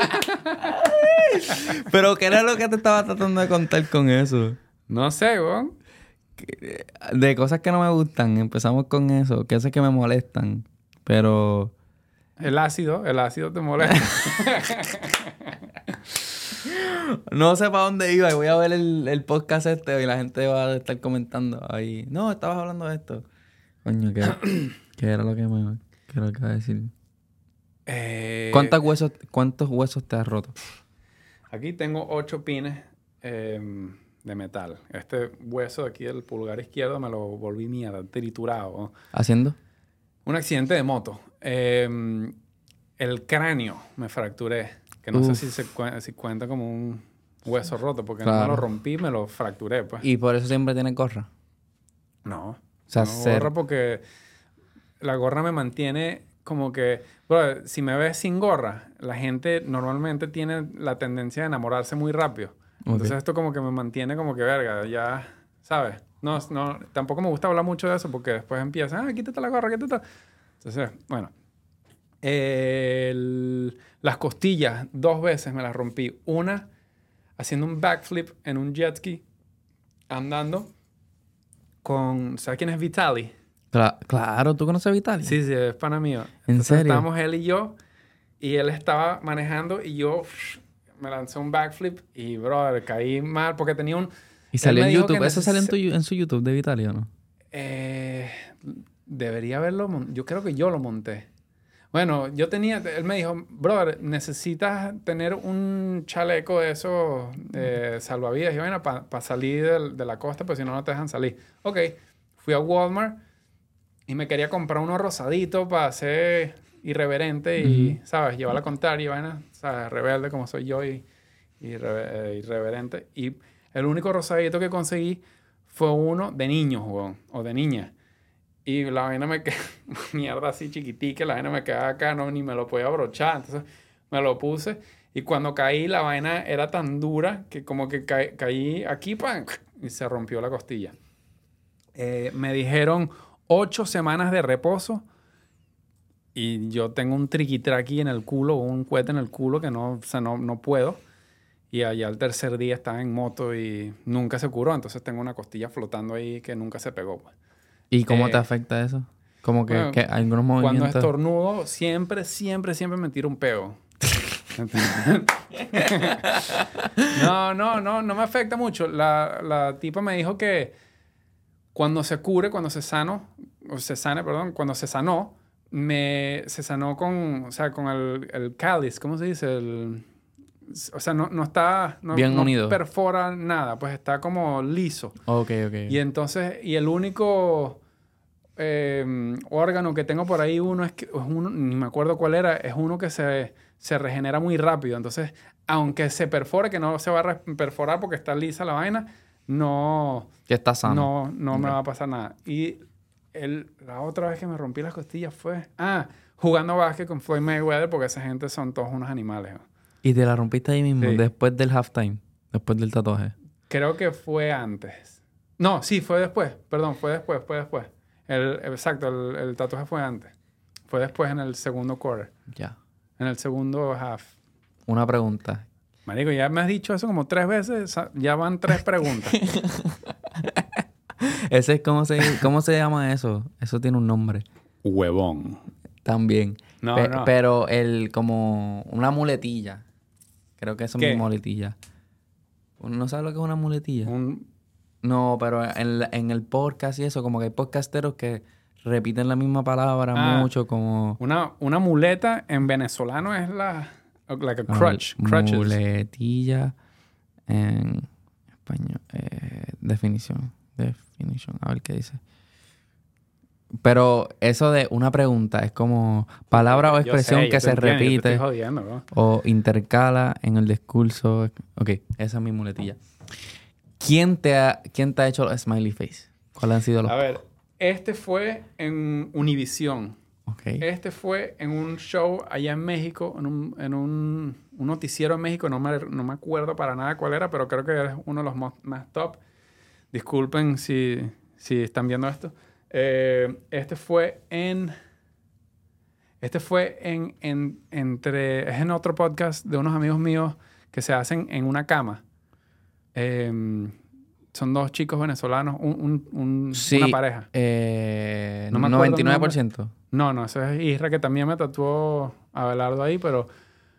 Pero ¿qué era lo que te estaba tratando de contar con eso? No sé, huevón. De cosas que no me gustan. Empezamos con eso. Que hace que me molestan. Pero... El ácido te molesta. No sé para dónde iba y voy a ver el podcast y la gente va a estar comentando ahí. No, estabas hablando de esto. Coño, ¿qué era lo que iba a decir? ¿Cuántos huesos te has roto? Aquí tengo 8 pines de metal. Este hueso de aquí del pulgar izquierdo me lo volví mierda, triturado, ¿no? ¿Haciendo? Un accidente de moto. El cráneo me fracturé. Que no sé si cuenta como un hueso roto, porque no me lo rompí, me lo fracturé, pues. ¿Y por eso siempre tienes gorra? No. O sea, No gorra porque la gorra me mantiene como que... Bro, si me ves sin gorra, la gente normalmente tiene la tendencia de enamorarse muy rápido. Entonces esto como que me mantiene como que, verga, ya... ¿Sabes? No, tampoco me gusta hablar mucho de eso porque después empiezan, quítate la gorra, quítate. Entonces, bueno. Las costillas 2 veces me las rompí. Una haciendo un backflip en un jet ski, andando con... ¿Sabes quién es Vitaly? Claro, ¿tú conoces a Vitaly? Sí, es pana mío. ¿En serio? Estábamos él y yo, y él estaba manejando y yo me lancé un backflip y, brother, caí mal porque tenía un... ¿Y salió en YouTube? ¿Eso sale en su YouTube de Vitaly o no? Debería haberlo... Yo creo que yo lo monté. Bueno, él me dijo, brother, necesitas tener un chaleco de esos salvavidas y vaina para salir de la costa, pues si no, no te dejan salir. Ok, fui a Walmart y me quería comprar uno rosadito para ser irreverente y, ¿sabes? Llevar la contraria y vaina, ¿sabes? Rebelde como soy yo y irreverente. Y el único rosadito que conseguí fue uno de niños, weón, o de niña. Y la vaina me quedó, mierda así chiquitica, la vaina me quedaba acá, no, ni me lo podía abrochar. Entonces me lo puse y cuando caí la vaina era tan dura que como que caí aquí, ¡pam! Y se rompió la costilla. Me dijeron 8 semanas de reposo y yo tengo un triquitraqui en el culo, un cohete en el culo que no puedo. Y allá el tercer día estaba en moto y nunca se curó, entonces tengo una costilla flotando ahí que nunca se pegó, pues. ¿Y cómo te afecta eso? Como que, Bueno, que algunos movimientos... Cuando estornudo, siempre me tiro un peo. No me afecta mucho. La tipa me dijo que cuando se sanó, se sanó, se sanó con, o sea, con el cáliz, ¿cómo se dice? O sea, no está... Bien unido. No perfora nada, pues está como liso. Ok. Y entonces, el único órgano que tengo por ahí, ni me acuerdo cuál era, es uno que se regenera muy rápido. Entonces, aunque se perfore, que no se va a perforar porque está lisa la vaina, no... Que está sano. No me va a pasar nada. Y la otra vez que me rompí las costillas fue... jugando básquet con Floyd Mayweather porque esa gente son todos unos animales. ¿No? ¿Y te la rompiste ahí mismo? Sí. Después del halftime. Después del tatuaje. Creo que fue antes. No, sí, fue después. Perdón, fue después. Exacto, el tatuaje fue antes. Fue después en el segundo quarter. Ya. En el segundo half. Una pregunta. Marico, ya me has dicho eso como 3 veces. Ya van 3 preguntas. Ese es ¿cómo se llama eso? Eso tiene un nombre. Huevón. También. No. Pero como una muletilla. Creo que eso es ¿Qué? mi muletilla. ¿No sabes lo que es una muletilla? No, pero en el podcast y eso, como que hay podcasteros que repiten la misma palabra mucho, como... Una muleta en venezolano es like a crutch. Crutches. Muletilla en español. Definición. A ver qué dice. Pero eso de una pregunta es como palabra o expresión que se repite yo te estoy jodiendo, ¿no? o intercala en el discurso. Ok, esa es mi muletilla. ¿Quién te ha hecho los smiley face? ¿Cuáles han sido los...? A ver, este fue en Univisión. Ok. Este fue en un show allá en México, en un noticiero en México. No me acuerdo para nada cuál era, pero creo que es uno de los más top. Disculpen si están viendo esto. Este fue en otro podcast de unos amigos míos que se hacen en una cama. Son 2 chicos venezolanos, una pareja. No me acuerdo 99%. No, eso es Isra, que también me tatuó a Abelardo ahí, pero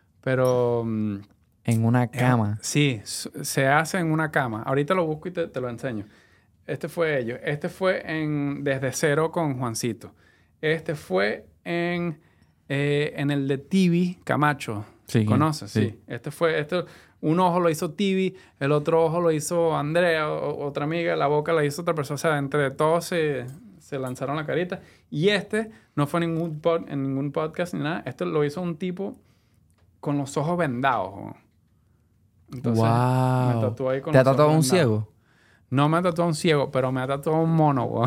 en una cama. Sí, se hace en una cama. Ahorita lo busco y te lo enseño. Este fue ellos. Este fue en Desde Cero con Juancito. Este fue en el de TV Camacho. Sí. ¿Conoces? Sí. Un ojo lo hizo TV, el otro ojo lo hizo Andrea, otra amiga, la boca la hizo otra persona. O sea, entre todos se lanzaron la carita. Y no fue en ningún podcast ni nada. Lo hizo un tipo con los ojos vendados. ¿No? Entonces, wow. me tatuó ahí con ¿Te ha los ojos tatuado un vendados. ciego? No me ha tatuado un ciego, pero me ha tatuado un mono, güey.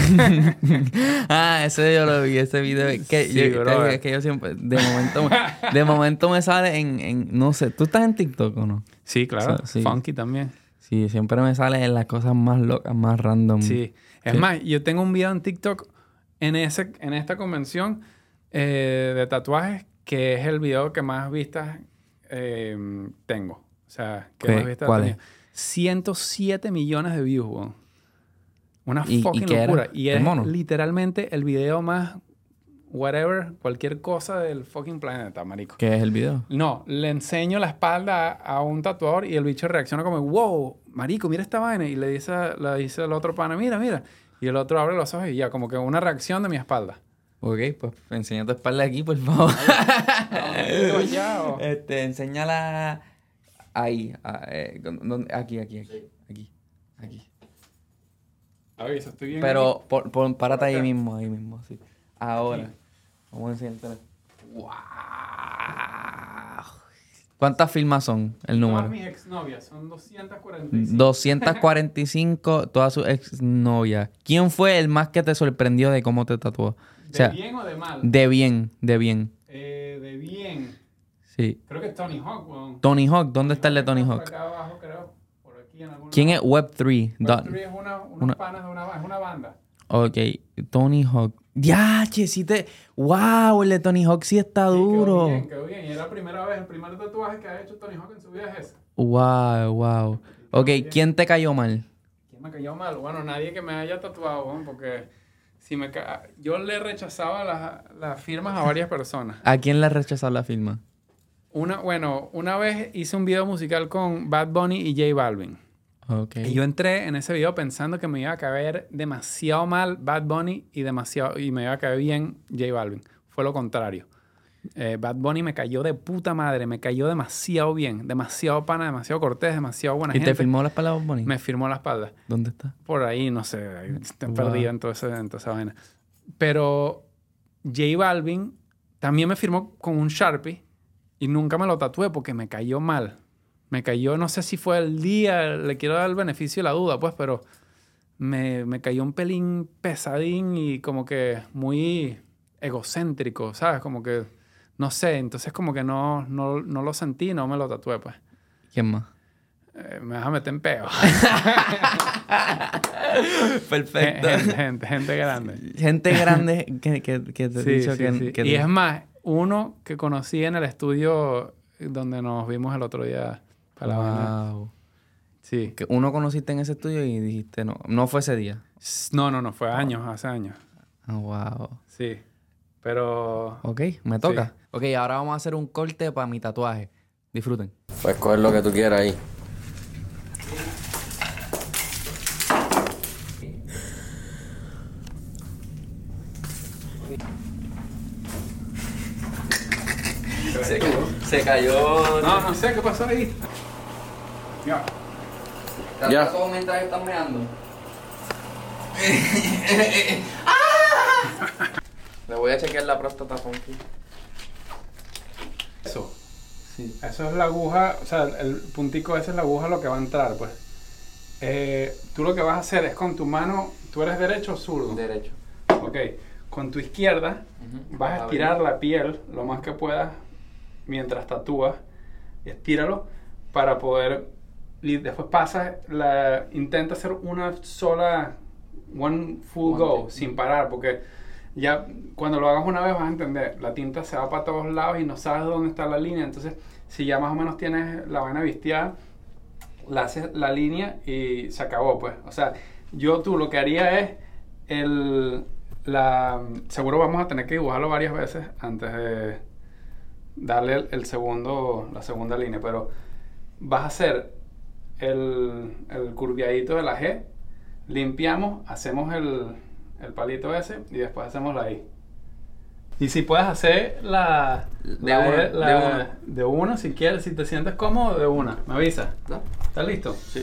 Ese yo lo vi, ese video. Es que yo siempre, de momento me sale no sé, ¿tú estás en TikTok o no? Sí, claro. O sea, sí. Funky también. Sí, siempre me sale en las cosas más locas, más random. Sí. Es más, yo tengo un video en TikTok en esta convención de tatuajes que es el video que más vistas tengo. O sea, que más vistas ¿Cuál tengo. es? 107 millones de views, güey. Una fucking qué locura. era? Y ¿El es mono? literalmente el video más whatever, cualquier cosa del fucking planeta, marico. ¿Qué es el video? No, le enseño la espalda a un tatuador y el bicho reacciona como, wow, marico, mira esta vaina. Y le dice al otro pana, mira. Y el otro abre los ojos y ya, como que una reacción de mi espalda. Ok, pues enseña tu espalda aquí, por favor. Enséñala ahí. Aquí. Avisa, estoy bien. Pero párate ahí mismo, sí. Ahora, sí. Vamos a enseñarte. ¡Wow! ¿Cuántas firmas son el número? Todas mis exnovias, son 245. 245, todas sus exnovias. ¿Quién fue el más que te sorprendió de cómo te tatuó? ¿De bien o de mal? De bien. De bien. Sí. Creo que es Tony Hawk, weón. Tony Hawk, ¿dónde está el de Tony Hawk? Por acá abajo, creo. Por aquí en algún ¿Quién lado. es Web3? Web3 es unos panas es una banda. Ok, Tony Hawk. ¡Diache! Sí ¡Wow! El de Tony Hawk sí está duro. Quedó bien. Y es la primera vez, el primer tatuaje que ha hecho Tony Hawk en su vida es ese. Wow. Ok, ¿quién te cayó mal? ¿Quién me cayó mal? Bueno, nadie que me haya tatuado, weón, porque yo le rechazaba las firmas a varias personas. ¿A quién le rechazó la firma? Una vez hice un video musical con Bad Bunny y J Balvin. Okay. Y yo entré en ese video pensando que me iba a caer demasiado mal Bad Bunny y me iba a caer bien J Balvin. Fue lo contrario. Bad Bunny me cayó de puta madre, me cayó demasiado bien, demasiado pana, demasiado cortés, demasiado buena gente. ¿Y te firmó la espalda Bad Bunny? Me firmó la espalda. ¿Dónde está? Por ahí, no sé, estoy perdido en toda esa vaina. Pero J Balvin también me firmó con un Sharpie Y nunca me lo tatué porque me cayó mal. Me cayó, no sé si fue el día, le quiero dar el beneficio de la duda, pues, pero me cayó un pelín pesadín y como que muy egocéntrico, ¿sabes? Como que, no sé, entonces como que no lo sentí, no me lo tatué, pues. ¿Quién más? Me vas a meter en peo. Perfecto. Gente grande. Gente grande que te he dicho Sí. que Y es más, uno que conocí en el estudio donde nos vimos el otro día para la vaina. Wow. Sí. Que uno conociste en ese estudio y dijiste, no fue ese día. No, fue años, hace años. Ah, wow. Sí. Pero... Ok, me toca. Ok, ahora vamos a hacer un corte para mi tatuaje. Disfruten. Puedes coger lo que tú quieras ahí. Se cayó. No sé qué pasó ahí. Ya. ¿Te Ya. tatuó mientras estás meando? Le voy a chequear la próstata, Funky. Eso. Sí. Eso es la aguja, o sea, el puntico ese es la aguja lo que va a entrar, pues. Tú lo que vas a hacer es con tu mano, ¿tú eres derecho o zurdo? Derecho. Ok, con tu izquierda vas a estirar la piel lo más que puedas mientras tatúas. Estíralo para poder, y después intenta hacer una sola, one full go, sin parar, porque ya cuando lo hagas una vez vas a entender, la tinta se va para todos lados y no sabes dónde está la línea, entonces si ya más o menos tienes la vaina visteada, la haces la línea y se acabó, pues. O sea, tú lo que haría es seguro vamos a tener que dibujarlo varias veces antes de darle la segunda línea, pero vas a hacer el curviadito de la G, limpiamos, hacemos el palito ese y después hacemos la I. Y si puedes hacer de una, si quieres, si te sientes cómodo, de una. Me avisas. ¿No? ¿Estás listo? Sí.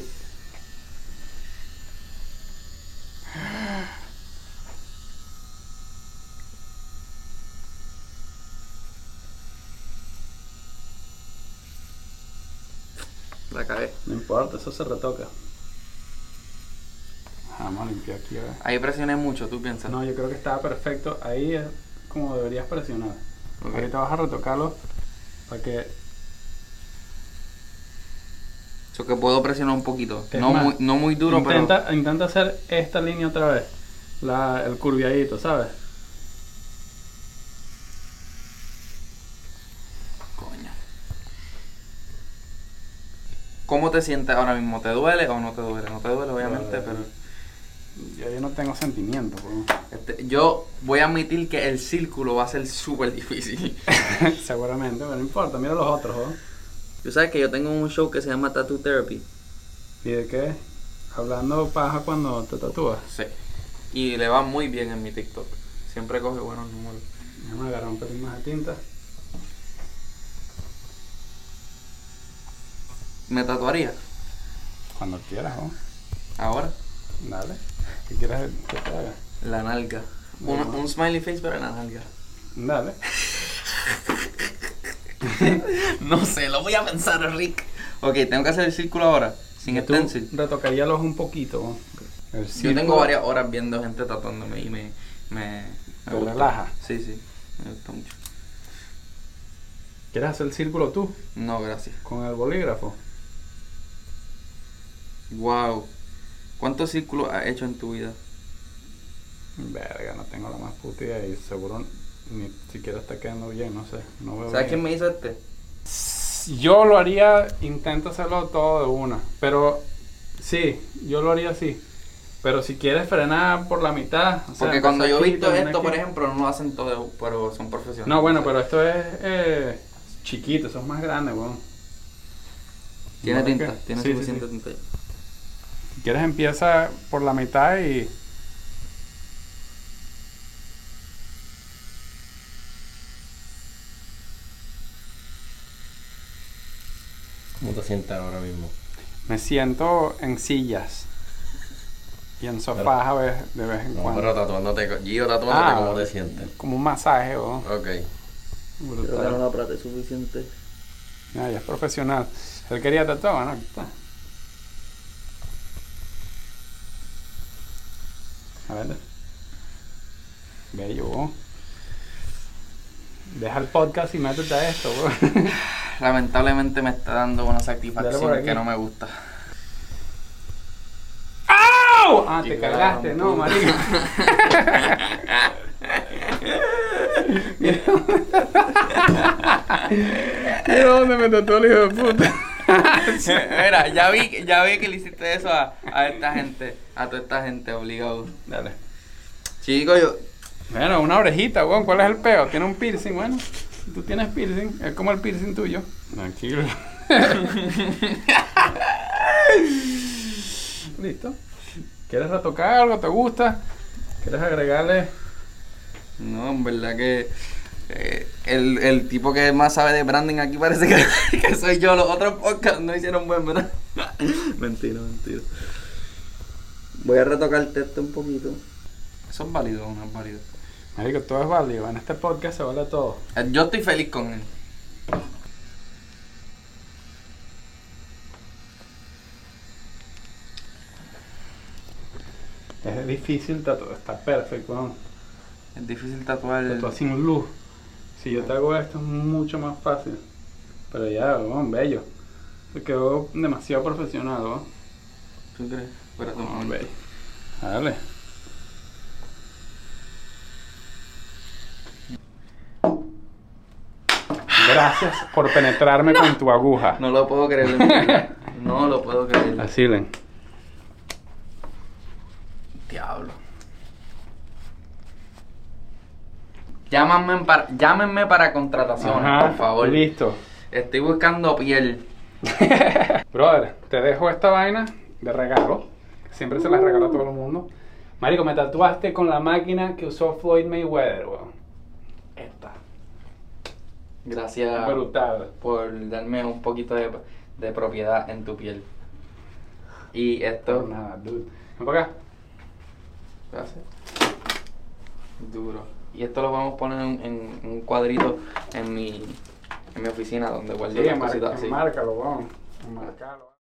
La cagué. No importa, eso se retoca. Vamos a limpiar aquí, a ver. Ahí presioné mucho, ¿tú piensas? No, yo creo que estaba perfecto. Ahí es como deberías presionar. Ok. Ahorita vas a retocarlo para que... Eso que puedo presionar un poquito. Es No más, muy duro, intenta hacer esta línea otra vez. El curviadito, ¿sabes? Coño. ¿Cómo te sientes ahora mismo? ¿Te duele o no te duele? No te duele, obviamente, pero... Yo no tengo sentimiento, pues. Yo voy a admitir que el círculo va a ser súper difícil. Seguramente, pero no importa. Mira los otros, ¿no? Tú sabes que yo tengo un show que se llama Tattoo Therapy. ¿Y de qué? Hablando paja cuando te tatúas. Sí. Y le va muy bien en mi TikTok. Siempre coge buenos números. Déjame agarrar un pelín más de tinta. ¿Me tatuaría? Cuando quieras, ¿no? Ahora. Dale. ¿Qué quieres que te haga? La nalga. Un smiley face para la nalga. Dale. No sé, lo voy a pensar, Rick. Ok, tengo que hacer el círculo ahora. Sin Tú stencil. retocaría los un poquito. El Yo círculo tengo varias horas viendo gente tatuándome y me te gusta. relaja. Sí, me gusta mucho. ¿Quieres hacer el círculo tú? No, gracias. Con el bolígrafo. Wow. ¿Cuántos círculos has hecho en tu vida? Verga, no tengo la más puta idea y seguro ni siquiera está quedando bien, no sé. No veo ¿Sabes quién bien. me hizo este? Yo lo haría, intento hacerlo todo de una. Pero sí, yo lo haría así. Pero si quieres frenar por la mitad. O sea, Porque cuando yo he aquí, visto terminar esto, aquí. por ejemplo, no lo hacen todo, pero son profesionales. No, bueno, pero esto es chiquito, eso es más grande, weón. Tiene No, tinta, es que- tiene sí, suficiente sí, sí. tinta. Si quieres empieza por la mitad y... ¿Cómo te sientes ahora mismo? Me siento en sillas. Y en sofás de vez en No, cuando. pero tatuándote, Gio, tatuándote, Ah. ¿cómo te sientes? Como un masaje, weón. Ok. Brutal. la plata es suficiente. Ya es profesional. Él quería tatuar, ¿no? Aquí está. A ver. Bello, weón. Deja el podcast y métete a esto, weón. Lamentablemente me está dando una Dale por satisfacción aquí. que no me gusta. ¡Au! Ah, te Chico, cagaste, no, puta. marico. Mira dónde me tatuó el hijo de puta. Mira, ya vi que le hiciste eso a esta gente, a toda esta gente obligado. Dale. Chico, yo... Bueno, una orejita, weón. ¿Cuál es el peo? Tiene un piercing, bueno. Si tú tienes piercing, es como el piercing tuyo. Tranquilo. Listo. ¿Quieres retocar algo? ¿Te gusta? ¿Quieres agregarle? No, en verdad que el tipo que más sabe de branding aquí parece que soy yo. Los otros podcasts no hicieron buen, ¿verdad? Mentira. Voy a retocarte esto un poquito. Eso es válido o no es válido. Marico, todo es válido. En este podcast se vale todo. Yo estoy feliz con él. Es difícil tatuar. Está perfecto, weón. Es difícil tatuar. Tatuar sin luz. Si yo te hago esto es mucho más fácil. Pero ya, weón, bello. Se quedó demasiado profesional, weón. ¿Tú crees? Espérate un No, momento. bello. Dale. Gracias por penetrarme con tu aguja. No lo puedo creer. en verdad. No lo puedo creer. Así, Len. Diablo. Llámenme para contrataciones, Ajá, por favor. listo. Estoy buscando piel. Brother, te dejo esta vaina de regalo. Siempre se las regalo a todo el mundo. Marico, me tatuaste con la máquina que usó Floyd Mayweather, weón. Esta. Gracias Brutal. por darme un poquito de propiedad en tu piel. Y Por esto... nada, dude. Ven para acá. Gracias. Duro. Y esto lo vamos a poner en un cuadrito en mi oficina donde guardo Sí, las cositas así. márcalo, weón. Márcalo.